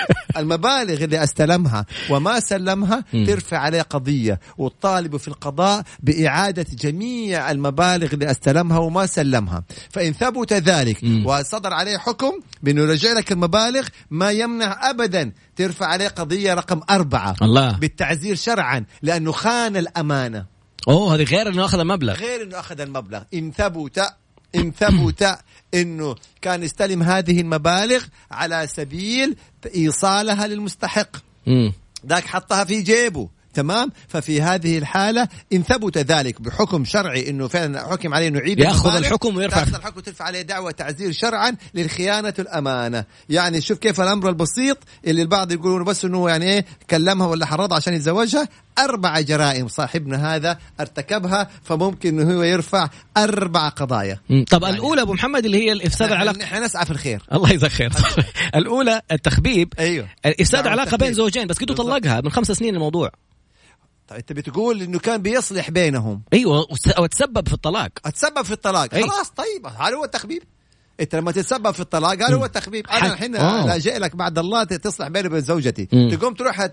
المبالغ اللي استلمها وما سلمها م. ترفع عليه قضية، والطالب في القضاء بإعادة جميع المبالغ اللي استلمها وما سلمها. فإن ثبت ذلك م. وصدر عليه حكم بأنه يرجع لك المبالغ، ما يمنع أبدا ترفع عليه قضية رقم أربعة الله. بالتعزير شرعا، لأنه خان الأمانة. أوه هذه غير أنه أخذ المبلغ، غير أنه أخذ المبلغ. إن ثبت إن ثبت إنه كان يستلم هذه المبالغ على سبيل إيصالها للمستحق، ذاك حطها في جيبه، تمام. ففي هذه الحالة إن ثبت ذلك بحكم شرعي إنه فعلا حكم عليه إنه يعيد يأخذ الحكم ويرفع الحكم وترفع عليه دعوة تعزير شرعا للخيانة الأمانة. يعني شوف كيف الأمر البسيط اللي البعض يقولون بس إنه يعني إيه كلمها ولا حرضها عشان يتزوجها. أربع جرائم صاحبنا هذا ارتكبها، فممكن إنه هو يرفع أربع قضايا. طب يعني الأولى أبو محمد اللي هي الإفساد العلاقة، نحن نسعى في الخير الله يجزاك خير. الأولى التخبيب، أيوه إفساد علاقة بين زوجين، بس كنتوا طلقها من خمس سنين الموضوع. طيب انت بتقول انه كان بيصلح بينهم. ايوه وتسبب في الطلاق. اتسبب في الطلاق. أي. خلاص طيب هل هو التخبيب؟ انت لما تتسبب في الطلاق قال هو تخبيب. انا الحين لا جاي لك بعد الله تصلح بيني وبين زوجتي م. تقوم تروح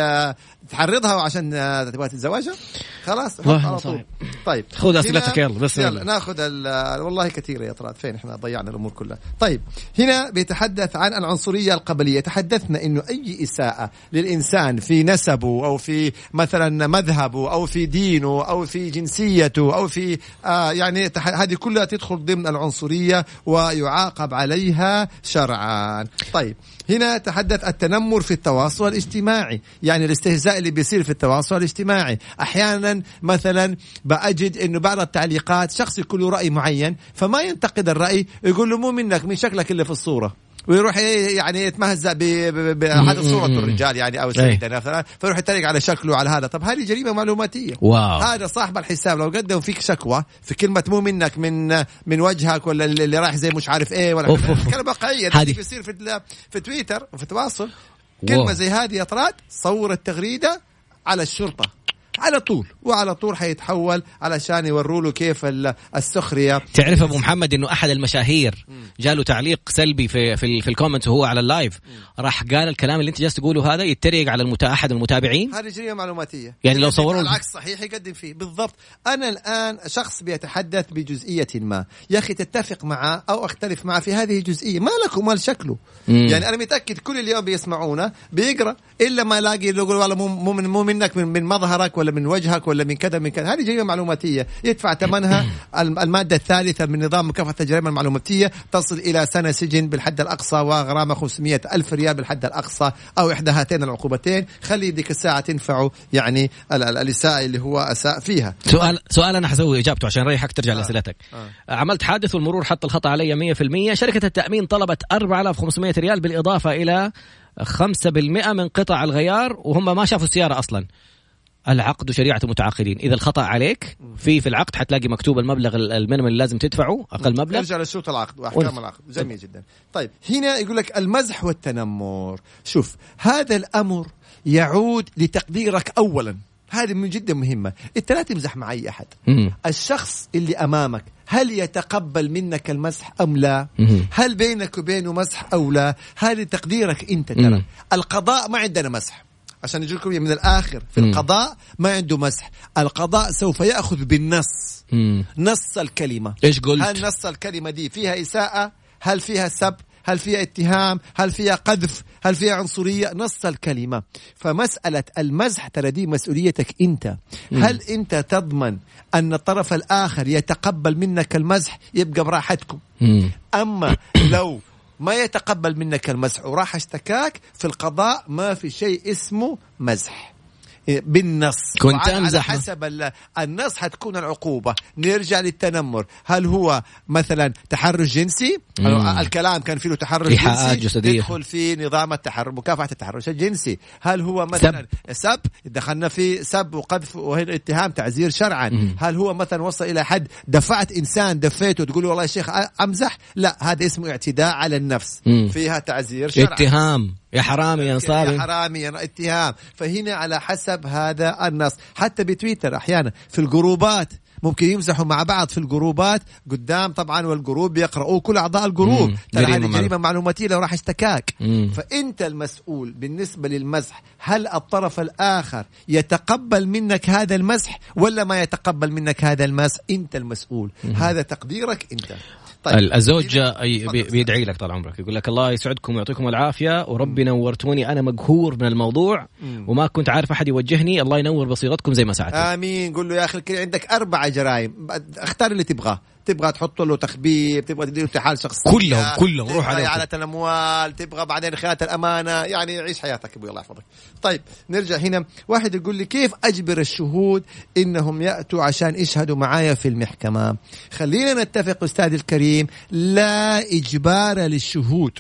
تحرضها عشان تبغى تتزوجها خلاص على طول. طيب خذ اسئلتك يلا بس يلا ناخذ والله كثيره يا طلعت فين احنا ضيعنا الامور كلها. طيب هنا بيتحدث عن العنصريه القبليه. تحدثنا انه اي اساءه للانسان في نسبه او في مثلا مذهبه او في دينه او في جنسيته او في آه يعني هذه كلها تدخل ضمن العنصريه ويعاقب عليها شرعا. طيب هنا تحدث التنمر في التواصل الاجتماعي، يعني الاستهزاء اللي بيصير في التواصل الاجتماعي. احيانا مثلا بأجد انه بعض التعليقات شخص يكون له رأي معين فما ينتقد الرأي، يقول له مو منك من شكلك اللي في الصورة، ويروح يعني يتمهزأ بهذا صورة الرجال يعني أو السيدة مثلا، فيروح يتريق على شكله على هذا. طب هذه جريمة معلوماتية. واو. هذا صاحب الحساب لو قدم فيك شكوى في كلمة مو منك من من وجهك ولا اللي رايح زي مش عارف ايه ولا كلمة واقعية هذه بيصير في في تويتر وفي التواصل، كلمة زي هذه يا طراد صور التغريدة على الشرطة على طول، وعلى طول حيتحول علشان يوروا له كيف السخرية. تعرف أبو محمد إنه أحد المشاهير جاله تعليق سلبي في في, في الكومنت وهو على اللايف، راح قال الكلام اللي أنت جالس تقوله هذا يتريق على المتا أحد المتابعين. هذه جريمة معلوماتية، يعني لو صوروا العكس صحيح يقدم فيه بالضبط. أنا الآن شخص بيتحدث بجزئية ما، يا أخي تتفق معه أو أختلف معه في هذه الجزئية، ما لك وما شكله. يعني أنا متأكد كل اليوم بيسمعونا بيقرأ إلا ما لاقي يقول والله مو من مو منك من, من مظهرك ولا من وجهك ولا من كذا من كذا. هذه جريمة معلوماتية يدفع ثمنها المادة الثالثة من نظام مكافحة الجريمة المعلوماتية، تصل إلى سنة سجن بالحد الأقصى وغرامة خمسمائة ألف ريال بالحد الأقصى أو إحدى هاتين العقوبتين. خلي ديك الساعة تنفعه يعني الإساءة اللي هو أساء فيها. سؤال سؤال أنا حسوي إجابته عشان ريحك ترجع آه. لأسئلتك. آه. عملت حادث والمرور حط الخطأ علي مية في المية، شركة التأمين طلبت أربعة آلاف وخمسمائة ريال بالإضافة إلى خمسة بالمئة من قطع الغيار وهم ما شافوا السيارة أصلا. العقد وشريعة المتعاقدين، إذا الخطأ عليك في في العقد حتلاقي مكتوب المبلغ المينيمم اللي لازم تدفعه أقل مبلغ. ارجع لشروط العقد وأحكام العقد. جميل جدا. طيب هنا يقول لك المزح والتنمر. شوف هذا الأمر يعود لتقديرك أولا، هذه من جدا مهمة. أنت لا تمزح مع أي أحد. مم. الشخص اللي أمامك هل يتقبل منك المزح أم لا؟ مم. هل بينك وبينه مزح أو لا؟ هذه تقديرك أنت ترى. مم. القضاء ما عندنا مسح، عشان يجيكم من الآخر في مم. القضاء ما عنده مسح. القضاء سوف يأخذ بالنص. مم. نص الكلمة. إيش قلت؟ هل نص الكلمة دي فيها إساءة؟ هل فيها سب؟ هل فيها اتهام؟ هل فيها قذف؟ هل فيها عنصرية؟ نص الكلمة. فمسألة المزح ترى دي مسؤوليتك أنت. مم. هل أنت تضمن أن الطرف الآخر يتقبل منك المزح؟ يبقى براحتكم. مم. أما لو ما يتقبل منك المزح وراح اشتكاك في القضاء، ما في شيء اسمه مزح بالنص. كنت أمزح على حسب النص حتكون العقوبة. نرجع للتنمر، هل هو مثلا تحرش جنسي؟ الكلام كان فيه تحرش جنسي يدخل في نظام التحرش مكافحة التحرش الجنسي. هل هو مثلا سب, سب دخلنا في سب وقذف وهنا اتهام تعزير شرعا. مم. هل هو مثلا وصل إلى حد دفعت إنسان دفيته تقول والله يا شيخ أمزح؟ لا، هذا اسمه اعتداء على النفس. مم. فيها تعزير شرعا، اتهام يا حرامي يا صابي يا حرامي يا اتهام. فهنا على حسب هذا النص. حتى بتويتر أحيانا في الجروبات ممكن يمزحوا مع بعض في الجروبات قدام طبعا، والجروب يقرأوا كل أعضاء الجروب. ترى هذه جريمة معلوماتية لو راح اشتكاك. مم. فأنت المسؤول بالنسبة للمزح. هل الطرف الآخر يتقبل منك هذا المزح ولا ما يتقبل منك هذا المزح؟ أنت المسؤول. مم. هذا تقديرك أنت. طيب. الزوج بيدعي لك طال عمرك، يقول لك الله يسعدكم ويعطيكم العافية وربي نورتوني، أنا مقهور من الموضوع وما كنت عارف أحد يوجهني، الله ينور بصيرتكم زي ما ساعدتم. آمين. قل له يا أخي الكريم عندك أربع جرائم، اختار اللي تبغاه. تبغى تحط له تخبيب، تبغى تديله انتحال شخصي، كلهم كلهم روح عليهم، على الأموال، تبغى بعدين خيانة الأمانة، يعني عيش حياتك ابوي الله يحفظك. طيب نرجع هنا. واحد يقول لي كيف أجبر الشهود إنهم يأتوا عشان يشهدوا معايا في المحكمة؟ خلينا نتفق أستاذ الكريم، لا إجبار للشهود،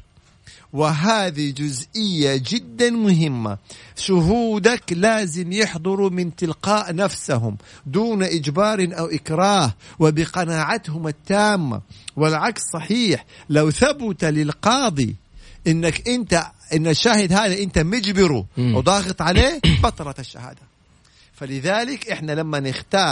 وهذه جزئية جدا مهمة. شهودك لازم يحضروا من تلقاء نفسهم دون إجبار أو إكراه وبقناعتهم التامة. والعكس صحيح، لو ثبت للقاضي إنك أنت إن الشاهد هذا أنت مجبره وضاغط عليه بطلت الشهادة. فلذلك إحنا لما نختار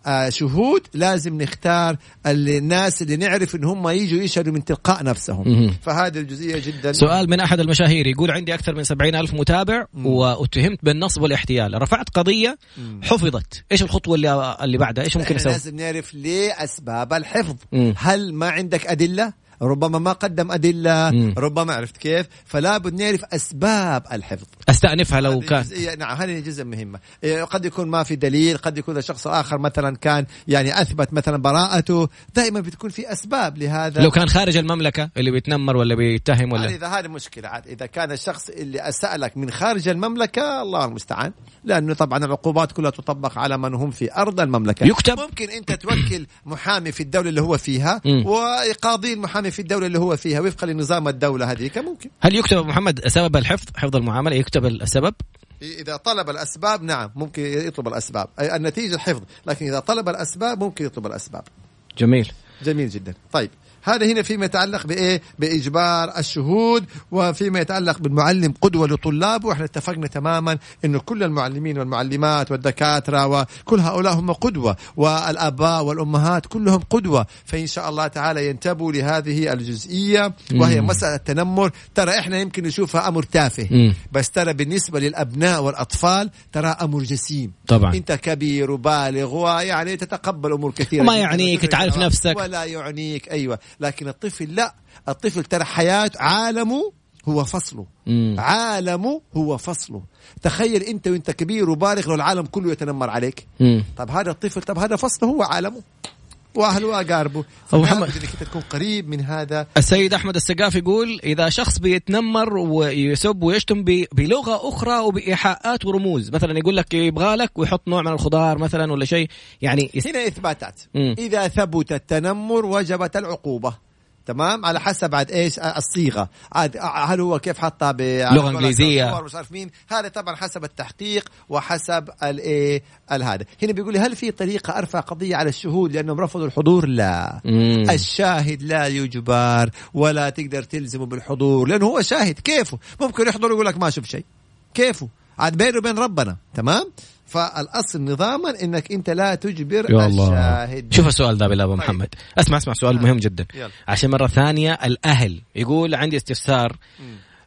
آه شهود لازم نختار الناس اللي نعرف إن هم يجوا يشهدوا من تلقاء نفسهم. فهذه الجزئية جدا. سؤال من أحد المشاهير يقول عندي أكثر من سبعين ألف متابع مم. واتهمت بالنصب والاحتيال، رفعت قضية مم. حفظت، إيش الخطوة اللي اللي بعدها؟ إيش ممكن أسوي؟ لازم نعرف ليه أسباب الحفظ. مم. هل ما عندك أدلة؟ ربما ما قدم أدلة. مم. ربما عرفت كيف؟ فلا بد نعرف أسباب الحفظ، أستأنفها لو كان. نعم هذه جزء مهمة. قد يكون ما في دليل، قد يكون الشخص آخر مثلا كان يعني أثبت مثلا براءته، دائما بتكون في أسباب لهذا. لو كان خارج المملكة اللي بيتنمر ولا بيتهم ولا إذا هذه مشكلة عاد. إذا كان الشخص اللي أسألك من خارج المملكة الله المستعان، لأنه طبعا العقوبات كلها تطبق على من هم في أرض المملكة. يكتب. ممكن أنت توكل محامي في الدولة اللي هو فيها ويقاضي المحامي في الدولة اللي هو فيها وفقا لنظام الدولة هذيك ممكن. هل يكتب محمد سبب الحفظ، حفظ المعاملة يكتب السبب؟ إذا طلب الأسباب نعم ممكن يطلب الأسباب، أي النتيجة الحفظ، لكن إذا طلب الأسباب ممكن يطلب الأسباب. جميل جميل جدا. طيب هذا هنا فيما يتعلق بإيه؟ بإجبار الشهود، وفيما يتعلق بالمعلم قدوة لطلابه. وإحنا اتفقنا تماما إنه كل المعلمين والمعلمات والدكاترة وكل هؤلاء هم قدوة، والآباء والأمهات كلهم قدوة. فإن شاء الله تعالى ينتبهوا لهذه الجزئية وهي مسألة التنمر. ترى إحنا يمكن نشوفها أمر تافه مم. بس ترى بالنسبة للأبناء والأطفال ترى أمر جسيم طبعا. أنت كبير وبالغ ويعني تتقبل أمور كثيرة، ما يعنيك تعرف نفسك ولا يعنيك. أيوة. لكن الطفل لا، الطفل ترى حياته عالمه هو فصله. مم. عالمه هو فصله. تخيل انت وانت كبير وبالغ لو العالم كله يتنمر عليك. مم. طب هذا الطفل، طب هذا فصله هو عالمه واهله واقاربه. محمد انك تكون قريب من هذا. السيد احمد السقاف يقول اذا شخص بيتنمر ويسب ويشتم بلغه اخرى وبايحاءات ورموز، مثلا يقول لك يبغى لك ويحط نوع من الخضار مثلا ولا شيء، يعني يس... هنا اثباتات. مم. اذا ثبت التنمر وجبت العقوبه. تمام، على حسب عاد ايش الصيغه، عاد هل هو كيف حطها بلغه انجليزيه مش عارف مين، هذا طبعا حسب التحقيق وحسب الايه هذا. هنا بيقول لي هل في طريقه ارفع قضيه على الشهود لانهم رفضوا الحضور؟ لا. مم. الشاهد لا يجبر ولا تقدر تلزمه بالحضور لانه هو شاهد. كيفه ممكن يحضر ويقول لك ما شوف شيء؟ كيفه؟ عاد بينه وبين ربنا. تمام. فالأصل نظاما إنك أنت لا تجبر الشاهد. شوف السؤال ده بالله أبو محمد. اسمع اسمع سؤال آه. مهم جدا. يلا. عشان مرة ثانية الأهل يقول عندي استفسار. م.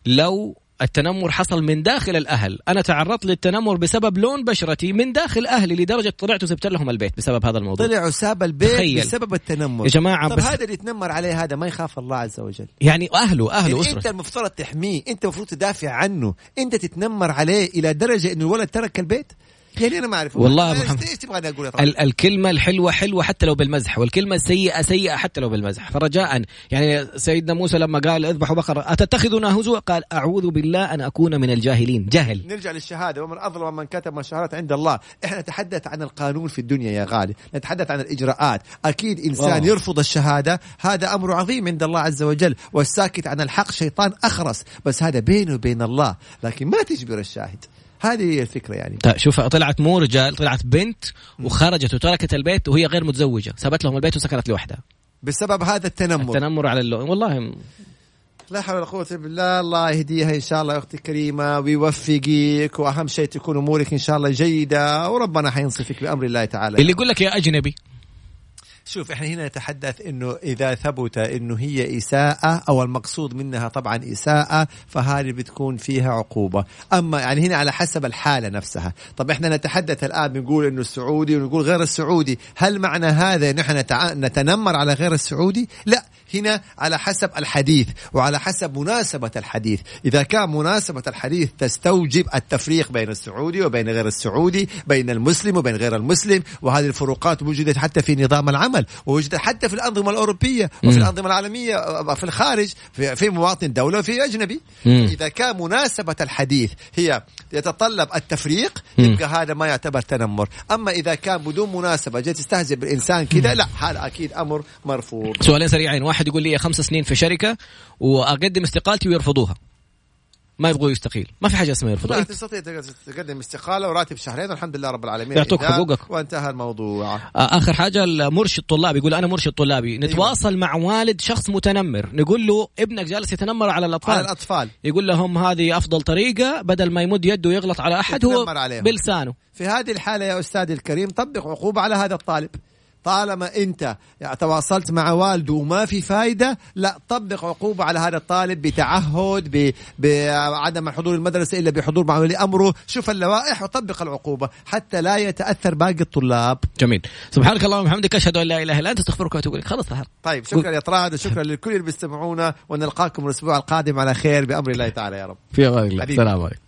لو التنمر حصل من داخل الأهل، أنا تعرضت للتنمر بسبب لون بشرتي من داخل أهلي لدرجة طلعت وسبت لهم البيت بسبب هذا الموضوع. طلعوا ساب البيت تخيل. بسبب التنمر يا جماعة. طب هذا اللي يتنمر عليه هذا ما يخاف الله عز وجل؟ يعني أهله أهله يعني أنت المفترض تحميه، أنت المفروض تدافع عنه، أنت تتنمر عليه إلى درجة إنه الولد ترك البيت. يعني أنا ما أعرف والله محمد. إيش تبغاني أقول؟ ال- الكلمة الحلوة حلوة حتى لو بالمزح، والكلمة السيئة سيئة حتى لو بالمزح. فرجاء يعني سيدنا موسى لما قال اذبحوا بقرة أتتخذنا هزوا، قال أعوذ بالله أن أكون من الجاهلين. جهل. نرجع للشهادة. ومن أظلم من كتم شهادة عند الله. إحنا نتحدث عن القانون في الدنيا يا غالي، نتحدث عن الإجراءات. أكيد إنسان أوه. يرفض الشهادة هذا أمر عظيم عند الله عز وجل، والساكت عن الحق شيطان أخرس، بس هذا بينه وبين الله. لكن ما تجبر الشاهد. هذه هي الفكرة يعني. شوف طلعت مو رجال، طلعت بنت وخرجت وتركت البيت وهي غير متزوجة، سابت لهم البيت وسكنت لوحدها بسبب هذا التنمر. التنمر على اللون. والله لا حول ولا قوة إلا بالله. الله يهديها إن شاء الله يا أختي الكريمة ويوفقك، وأهم شيء تكون أمورك إن شاء الله جيدة، وربنا حينصفك بأمر الله تعالى. اللي يقول لك يا أجنبي، شوف احنا هنا نتحدث انه اذا ثبت انه هي اساءة او المقصود منها طبعا اساءة، فهذه بتكون فيها عقوبة. اما يعني هنا على حسب الحالة نفسها. طب احنا نتحدث الان بنقول انه السعودي ونقول غير السعودي، هل معنى هذا ان احنا نتنمر على غير السعودي؟ لا، هنا على حسب الحديث وعلى حسب مناسبة الحديث. إذا كان مناسبة الحديث تستوجب التفريق بين السعودي وبين غير السعودي، بين المسلم وبين غير المسلم، وهذه الفروقات وجدت حتى في نظام العمل، ووجدت حتى في الأنظمة الأوروبية وفي الأنظمة العالمية في الخارج، في, في مواطن دولة وفي أجنبي. إذا كان مناسبة الحديث هي يتطلب التفريق يبقى هذا ما يعتبر تنمر. أما إذا كان بدون مناسبة جاء تستهزئ بالإنسان كذا، لا، هذا أكيد أمر مرفوض. سؤالين سريعين. واحد يقول لي خمس سنين في شركة وأقدم استقالتي ويرفضوها. ما يبغوا يستقيل، ما في حاجة اسمها يرفض. لا تستطيع تقدم استقالة وراتب شهرين والحمد لله رب العالمين يعطوك حقوقك وانتهى الموضوع. آخر حاجة المرشد الطلابي يقول أنا مرشد طلابي، نتواصل أيوة. مع والد شخص متنمر، نقول له ابنك جالس يتنمر على الأطفال، على الأطفال. يقول لهم هذه أفضل طريقة، بدل ما يمد يده ويغلط على أحد هو بلسانه. في هذه الحالة يا أستاذ الكريم طبق عقوبة على هذا الطالب. طالما أنت يعني تواصلت مع والده وما في فايدة، لا طبق عقوبة على هذا الطالب بتعهد بعدم حضور المدرسة إلا بحضور مع ولي أمره. شوف اللوائح وطبق العقوبة حتى لا يتأثر باقي الطلاب. جميل. سبحانك اللهم وبحمدك أشهد أن لا إله إلا أنت أستغفرك وأتوب إليك. خلص ظهر. طيب شكرا يا طراد وشكرا للكل اللي بيستمعونا، ونلقاكم الأسبوع القادم على خير بأمر الله تعالى يا رب. في أمان الله. السلام عليكم.